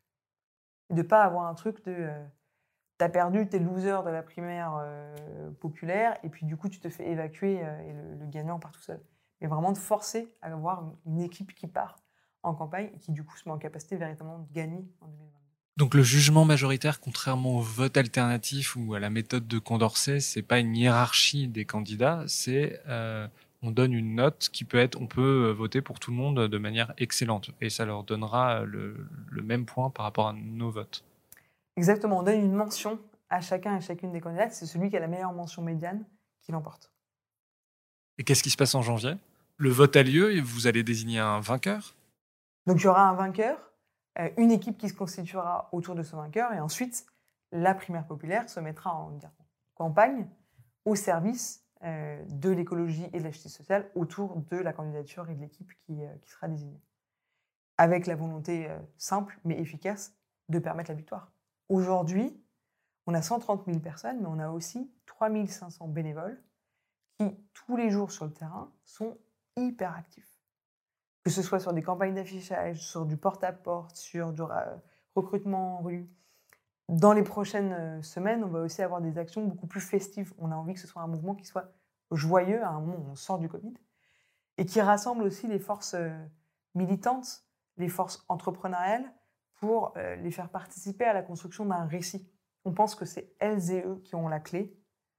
[SPEAKER 2] Et de ne pas avoir un truc de euh, t'as perdu, t'es loser de la primaire euh, populaire et puis du coup tu te fais évacuer euh, et le, le gagnant part tout seul. Mais vraiment de forcer à avoir une équipe qui part en campagne et qui du coup se met en capacité véritablement de gagner en deux mille vingt-deux.
[SPEAKER 1] Donc le jugement majoritaire, contrairement au vote alternatif ou à la méthode de Condorcet, c'est pas une hiérarchie des candidats, c'est euh, on donne une note qui peut être, on peut voter pour tout le monde de manière excellente et ça leur donnera le, le même point par rapport à nos votes.
[SPEAKER 2] Exactement, on donne une mention à chacun et chacune des candidates, c'est celui qui a la meilleure mention médiane qui l'emporte.
[SPEAKER 1] Et qu'est-ce qui se passe en janvier ? Le vote a lieu et vous allez désigner un vainqueur ?
[SPEAKER 2] Donc il y aura un vainqueur, euh, une équipe qui se constituera autour de ce vainqueur, et ensuite la primaire populaire se mettra en dire, campagne au service euh, de l'écologie et de la justice sociale autour de la candidature et de l'équipe qui, euh, qui sera désignée. Avec la volonté euh, simple mais efficace de permettre la victoire. Aujourd'hui, on a cent trente mille personnes, mais on a aussi trois mille cinq cents bénévoles qui, tous les jours sur le terrain, sont hyper actifs. Que ce soit sur des campagnes d'affichage, sur du porte-à-porte, sur du recrutement en rue. Dans les prochaines semaines, on va aussi avoir des actions beaucoup plus festives. On a envie que ce soit un mouvement qui soit joyeux à un moment où on sort du Covid et qui rassemble aussi les forces militantes, les forces entrepreneuriales pour les faire participer à la construction d'un récit. On pense que c'est elles et eux qui ont la clé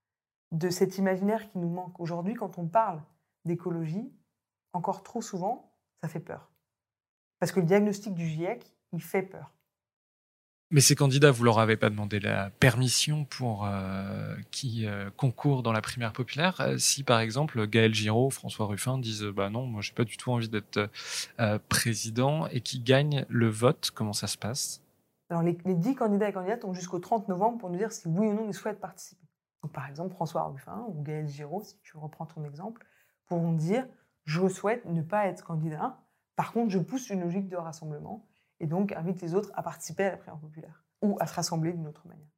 [SPEAKER 2] de cet imaginaire qui nous manque aujourd'hui quand on parle d'écologie. Encore trop souvent, ça fait peur. Parce que le diagnostic du GIEC, il fait peur.
[SPEAKER 1] Mais ces candidats, vous leur avez pas demandé la permission pour euh, qui euh, concourent dans la primaire populaire. Euh, si par exemple Gaël Giraud, François Ruffin disent bah non, moi j'ai pas du tout envie d'être euh, président et qui gagnent le vote, comment ça se passe ?
[SPEAKER 2] Alors les, les dix candidats et candidates ont jusqu'au trente novembre pour nous dire si oui ou non ils souhaitent participer. Donc par exemple François Ruffin ou Gaël Giraud, si tu reprends ton exemple, pourront dire je souhaite ne pas être candidat. Par contre, je pousse une logique de rassemblement et donc invite les autres à participer à la primaire populaire ou à se rassembler d'une autre manière.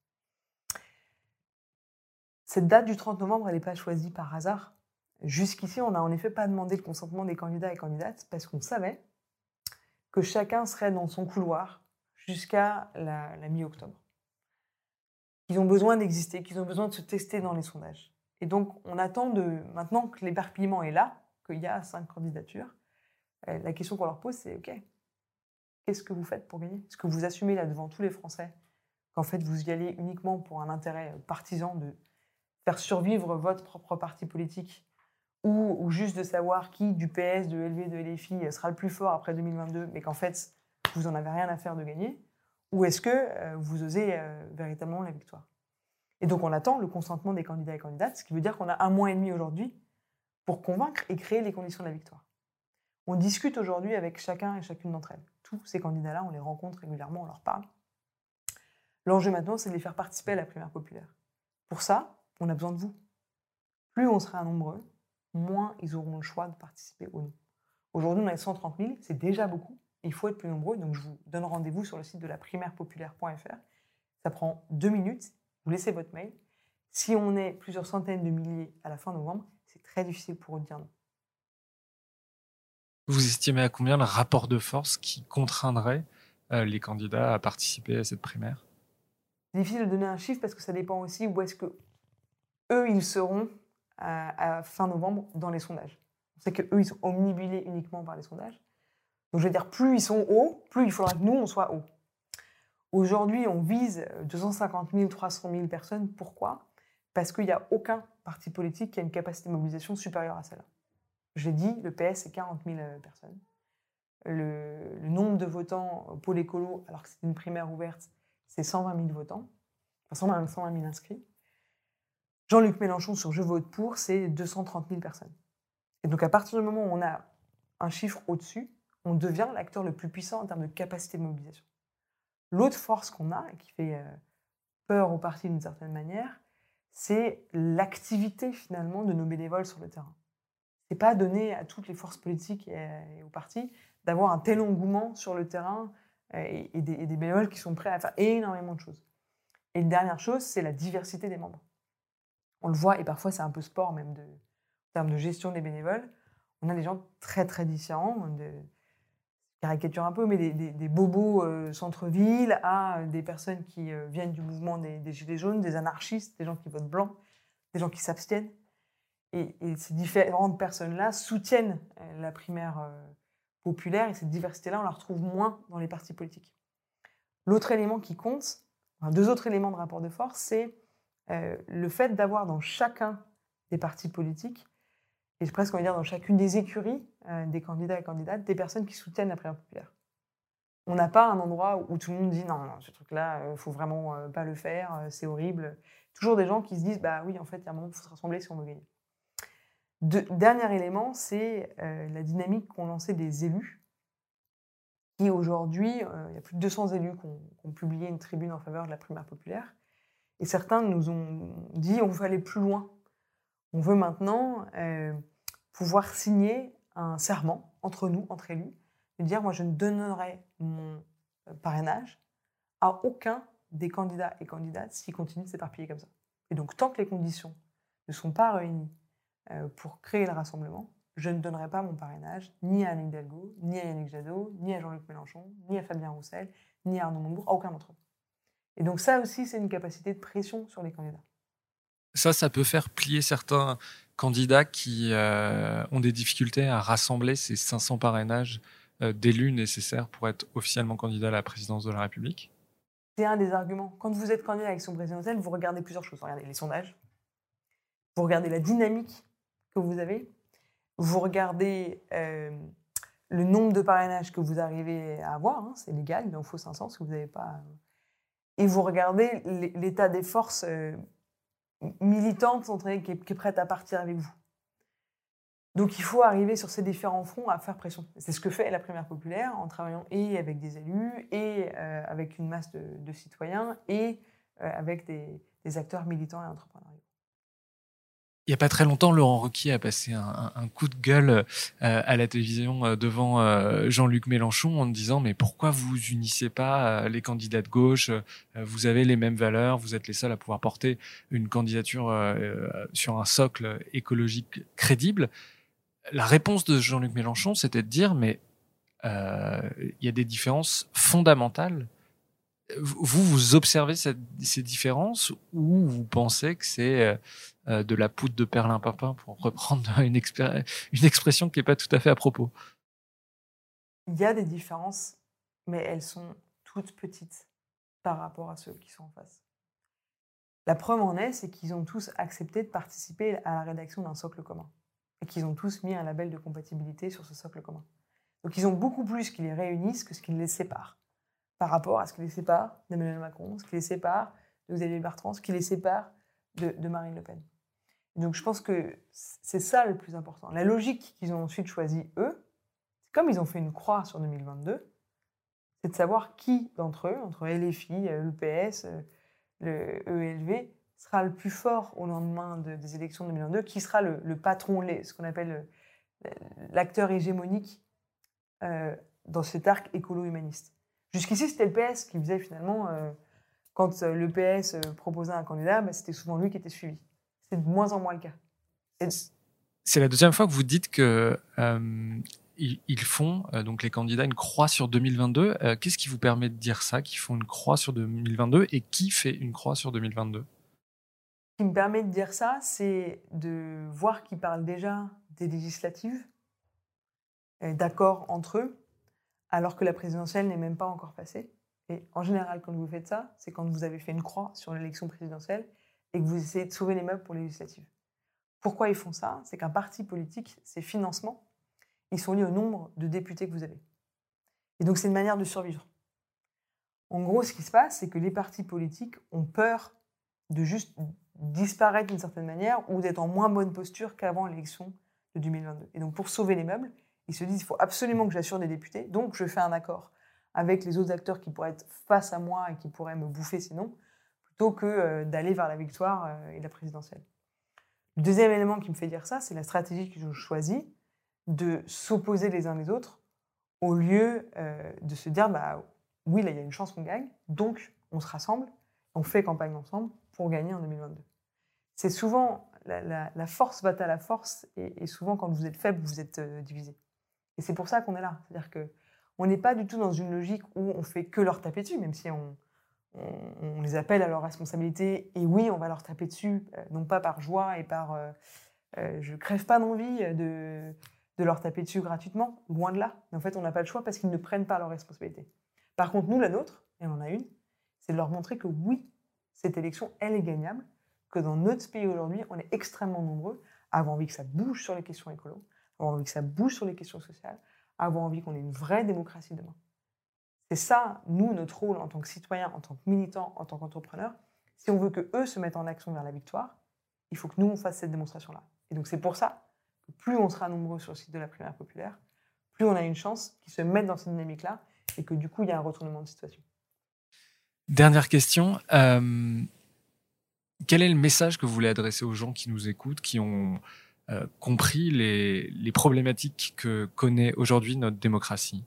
[SPEAKER 2] Cette date du trente novembre, elle n'est pas choisie par hasard. Jusqu'ici, on n'a en effet pas demandé le consentement des candidats et candidates parce qu'on savait que chacun serait dans son couloir jusqu'à la, la mi-octobre. Qu'ils ont besoin d'exister, qu'ils ont besoin de se tester dans les sondages. Et donc, on attend de, maintenant que l'éparpillement est là, qu'il y a cinq candidatures, la question qu'on leur pose, c'est OK, qu'est-ce que vous faites pour gagner ? Est-ce que vous assumez là devant tous les Français qu'en fait vous y allez uniquement pour un intérêt partisan de faire survivre votre propre parti politique ou, ou juste de savoir qui du P S, de L V, de L F I sera le plus fort après deux mille vingt-deux, mais qu'en fait vous n'en avez rien à faire de gagner ? Ou est-ce que euh, vous osez euh, véritablement la victoire ? Et donc on attend le consentement des candidats et candidates, ce qui veut dire qu'on a un mois et demi aujourd'hui pour convaincre et créer les conditions de la victoire. On discute aujourd'hui avec chacun et chacune d'entre elles. Tous ces candidats-là, on les rencontre régulièrement, on leur parle. L'enjeu maintenant, c'est de les faire participer à la primaire populaire. Pour ça, on a besoin de vous. Plus on sera nombreux, moins ils auront le choix de participer ou non. Aujourd'hui, on est cent trente mille, c'est déjà beaucoup. Il faut être plus nombreux, donc je vous donne rendez-vous sur le site de la primaire populaire point f r. Ça prend deux minutes, vous laissez votre mail. Si on est plusieurs centaines de milliers à la fin novembre, c'est très difficile pour eux de dire non.
[SPEAKER 1] Vous estimez à combien le rapport de force qui contraindrait euh, les candidats à participer à cette primaire?
[SPEAKER 2] C'est difficile de donner un chiffre parce que ça dépend aussi où est-ce que eux, ils seront à, à fin novembre dans les sondages. On sait qu'eux, ils sont omnibulés uniquement par les sondages. Donc je veux dire, plus ils sont hauts, plus il faudra que nous, on soit hauts. Aujourd'hui, on vise deux cent cinquante mille, trois cent mille personnes. Pourquoi? Parce qu'il n'y a aucun parti politique qui a une capacité de mobilisation supérieure à celle-là. Je l'ai dit, le P S, c'est quarante mille personnes. Le, le nombre de votants Pôle écolo, alors que c'est une primaire ouverte, c'est cent vingt mille votants, enfin cent vingt mille inscrits. Jean-Luc Mélenchon sur Je vote pour, c'est deux cent trente mille personnes. Et donc à partir du moment où on a un chiffre au-dessus, on devient l'acteur le plus puissant en termes de capacité de mobilisation. L'autre force qu'on a, et qui fait peur au parti d'une certaine manière, c'est l'activité finalement de nos bénévoles sur le terrain. Ce n'est pas donné à toutes les forces politiques et aux partis d'avoir un tel engouement sur le terrain et des, et des bénévoles qui sont prêts à faire énormément de choses. Et la dernière chose, c'est la diversité des membres. On le voit, et parfois c'est un peu sport même de, en termes de gestion des bénévoles. On a des gens très très différents, de, caricature un peu, mais des, des, des bobos euh, centre-ville à des personnes qui euh, viennent du mouvement des, des Gilets jaunes, des anarchistes, des gens qui votent blanc, des gens qui s'abstiennent. Et, et ces différentes personnes-là soutiennent euh, la primaire euh, populaire, et cette diversité-là, on la retrouve moins dans les partis politiques. L'autre élément qui compte, enfin, deux autres éléments de rapport de force, c'est euh, le fait d'avoir dans chacun des partis politiques, et presque on va dire dans chacune des écuries euh, des candidats et candidates, des personnes qui soutiennent la primaire populaire. On n'a pas un endroit où tout le monde dit non, non ce truc-là, il euh, ne faut vraiment euh, pas le faire, euh, c'est horrible. Toujours des gens qui se disent bah oui, en fait, il y a un moment où il faut se rassembler si on veut gagner. De, dernier élément, c'est euh, la dynamique qu'ont lancée des élus, qui aujourd'hui, euh, il y a plus de deux cents élus qui ont, qui ont publié une tribune en faveur de la primaire populaire, et certains nous ont dit on veut aller plus loin. On veut maintenant euh, pouvoir signer un serment entre nous, entre élus, de dire moi je ne donnerai mon parrainage à aucun des candidats et candidates s'ils continuent de s'éparpiller comme ça. Et donc tant que les conditions ne sont pas réunies euh, pour créer le rassemblement, je ne donnerai pas mon parrainage ni à Anne Hidalgo, ni à Yannick Jadot, ni à Jean-Luc Mélenchon, ni à Fabien Roussel, ni à Arnaud Montebourg, à aucun d'entre eux. Et donc ça aussi, c'est une capacité de pression sur les candidats.
[SPEAKER 1] Ça, ça peut faire plier certains candidats qui euh, ont des difficultés à rassembler ces cinq cents parrainages euh, d'élus nécessaires pour être officiellement candidat à la présidence de la République.
[SPEAKER 2] C'est un des arguments. Quand vous êtes candidat à l'élection présidentielle, vous regardez plusieurs choses. Vous regardez les sondages, vous regardez la dynamique que vous avez, vous regardez euh, le nombre de parrainages que vous arrivez à avoir, hein, c'est légal, il en faut cinq cents si vous n'avez pas... Et vous regardez l'état des forces euh, militantes qui est, qui est prête à partir avec vous. Donc il faut arriver sur ces différents fronts à faire pression. C'est ce que fait la primaire populaire en travaillant et avec des élus, et euh, avec une masse de, de citoyens, et euh, avec des, des acteurs militants et entrepreneuriaux.
[SPEAKER 1] Il n'y a pas très longtemps, Laurent Wauquiez a passé un, un, un coup de gueule euh, à la télévision euh, devant euh, Jean-Luc Mélenchon en disant « Mais pourquoi vous unissez pas euh, les candidats de gauche euh, Vous avez les mêmes valeurs, vous êtes les seuls à pouvoir porter une candidature euh, sur un socle écologique crédible. » La réponse de Jean-Luc Mélenchon, c'était de dire « Mais euh, il y a des différences fondamentales. » Vous, vous observez cette, ces différences, ou vous pensez que c'est euh, de la poudre de perlimpinpin, pour reprendre une, expé- une expression qui n'est pas tout à fait à propos?
[SPEAKER 2] Il y a des différences, mais elles sont toutes petites par rapport à ceux qui sont en face. La preuve en est, c'est qu'ils ont tous accepté de participer à la rédaction d'un socle commun, et qu'ils ont tous mis un label de compatibilité sur ce socle commun. Donc ils ont beaucoup plus qui les réunissent que ce qui les sépare, par rapport à ce qui les sépare d'Emmanuel Macron, ce qui les sépare de Xavier Bertrand, ce qui les sépare de, de Marine Le Pen. Donc je pense que c'est ça le plus important. La logique qu'ils ont ensuite choisie, eux, c'est comme ils ont fait une croix sur deux mille vingt-deux, c'est de savoir qui d'entre eux, entre L F I, l'U P S, le E L V, sera le plus fort au lendemain de, des élections de deux mille vingt-deux, qui sera le, le patron, les, ce qu'on appelle l'acteur hégémonique euh, dans cet arc écolo-humaniste. Jusqu'ici, c'était le P S qui faisait finalement, euh, quand euh, le P S euh, proposait un candidat, bah, c'était souvent lui qui était suivi. C'est de moins en moins le cas. Et...
[SPEAKER 3] C'est la deuxième fois que vous dites que euh, ils, ils font, euh, donc les candidats, une croix sur deux mille vingt-deux. Euh, qu'est-ce qui vous permet de dire ça, qu'ils font une croix sur deux mille vingt-deux, et qui fait une croix sur deux mille vingt-deux?
[SPEAKER 2] Ce qui me permet de dire ça, c'est de voir qu'ils parlent déjà des législatives, d'accords entre eux, alors que la présidentielle n'est même pas encore passée. Et en général, quand vous faites ça, c'est quand vous avez fait une croix sur l'élection présidentielle et que vous essayez de sauver les meubles pour les législatives. Pourquoi ils font ça? C'est qu'un parti politique, ses financements, ils sont liés au nombre de députés que vous avez. Et donc, c'est une manière de survivre. En gros, ce qui se passe, c'est que les partis politiques ont peur de juste disparaître d'une certaine manière ou d'être en moins bonne posture qu'avant l'élection de deux mille vingt-deux. Et donc, pour sauver les meubles, ils se disent, il faut absolument que j'assure des députés, donc je fais un accord avec les autres acteurs qui pourraient être face à moi et qui pourraient me bouffer sinon, plutôt que euh, d'aller vers la victoire euh, et la présidentielle. Le deuxième élément qui me fait dire ça, c'est la stratégie qu'ils ont choisie de s'opposer les uns les autres au lieu euh, de se dire, bah, oui, là, il y a une chance qu'on gagne, donc on se rassemble, on fait campagne ensemble pour gagner en deux mille vingt-deux. C'est souvent, la, la, la force va à la force, et, et souvent, quand vous êtes faible, vous êtes euh, divisé. Et c'est pour ça qu'on est là. C'est-à-dire qu'on n'est pas du tout dans une logique où on fait que leur taper dessus, même si on, on, on les appelle à leur responsabilité. Et oui, on va leur taper dessus, euh, non pas par joie et par... Euh, euh, je crève pas d'envie de, de leur taper dessus gratuitement, loin de là. Mais en fait, on n'a pas le choix parce qu'ils ne prennent pas leurs responsabilités. Par contre, nous, la nôtre, et on en a une, c'est de leur montrer que oui, cette élection, elle est gagnable, que dans notre pays aujourd'hui, on est extrêmement nombreux à avoir envie que ça bouge sur les questions écolo, avoir envie que ça bouge sur les questions sociales, avoir envie qu'on ait une vraie démocratie demain. C'est ça, nous, notre rôle en tant que citoyens, en tant que militants, en tant qu'entrepreneurs. Si on veut qu'eux se mettent en action vers la victoire, il faut que nous, on fasse cette démonstration-là. Et donc, c'est pour ça que plus on sera nombreux sur le site de la primaire populaire, plus on a une chance qu'ils se mettent dans cette dynamique-là et que du coup, il y a un retournement de situation.
[SPEAKER 3] Dernière question. Euh, quel est le message que vous voulez adresser aux gens qui nous écoutent, qui ont euh, compris les, les problématiques que connaît aujourd'hui notre démocratie?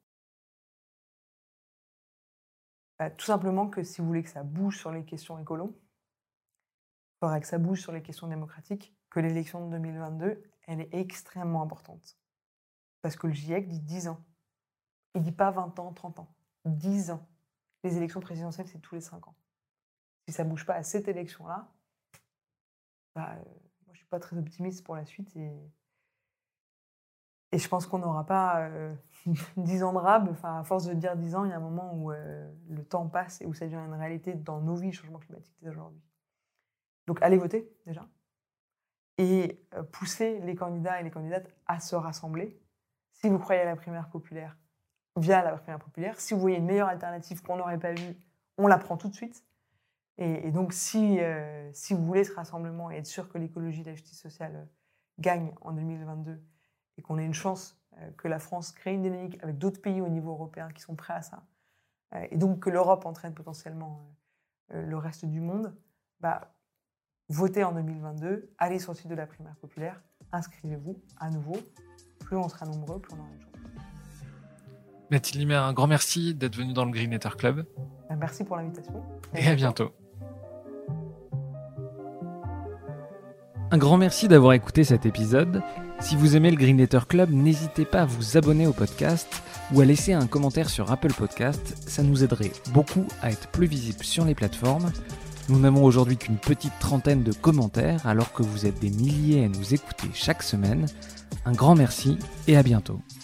[SPEAKER 2] Bah, tout simplement que si vous voulez que ça bouge sur les questions écolo, il faudra que ça bouge sur les questions démocratiques, que l'élection de deux mille vingt-deux, elle est extrêmement importante. Parce que le GIEC dit dix ans. Il ne dit pas vingt ans, trente ans. dix ans. Les élections présidentielles, c'est tous les cinq ans. Si ça ne bouge pas à cette élection-là, bah, euh, moi, je ne suis pas très optimiste pour la suite. Et, et je pense qu'on n'aura pas euh, dix ans de rab. Enfin, à force de dire dix ans, il y a un moment où euh, le temps passe et où ça devient une réalité dans nos vies, le changement climatique d'aujourd'hui. Donc, allez voter, déjà. Et euh, poussez les candidats et les candidates à se rassembler. Si vous croyez à la primaire populaire, via la primaire populaire. Si vous voyez une meilleure alternative qu'on n'aurait pas vue, on la prend tout de suite. Et, et donc, si, euh, si vous voulez ce rassemblement et être sûr que l'écologie et la justice sociale euh, gagnent en deux mille vingt-deux et qu'on ait une chance euh, que la France crée une dynamique avec d'autres pays au niveau européen qui sont prêts à ça, euh, et donc que l'Europe entraîne potentiellement euh, le reste du monde, bah, votez en deux mille vingt-deux, allez sur le site de la primaire populaire, inscrivez-vous à nouveau. Plus on sera nombreux, plus on aura une chance.
[SPEAKER 3] Mathilde Limer, un grand merci d'être venue dans le Greenetter Club.
[SPEAKER 2] Merci pour l'invitation.
[SPEAKER 3] Et, et à bientôt.
[SPEAKER 1] Un grand merci d'avoir écouté cet épisode. Si vous aimez le Greenetter Club, n'hésitez pas à vous abonner au podcast ou à laisser un commentaire sur Apple Podcast. Ça nous aiderait beaucoup à être plus visible sur les plateformes. Nous n'avons aujourd'hui qu'une petite trentaine de commentaires alors que vous êtes des milliers à nous écouter chaque semaine. Un grand merci et à bientôt.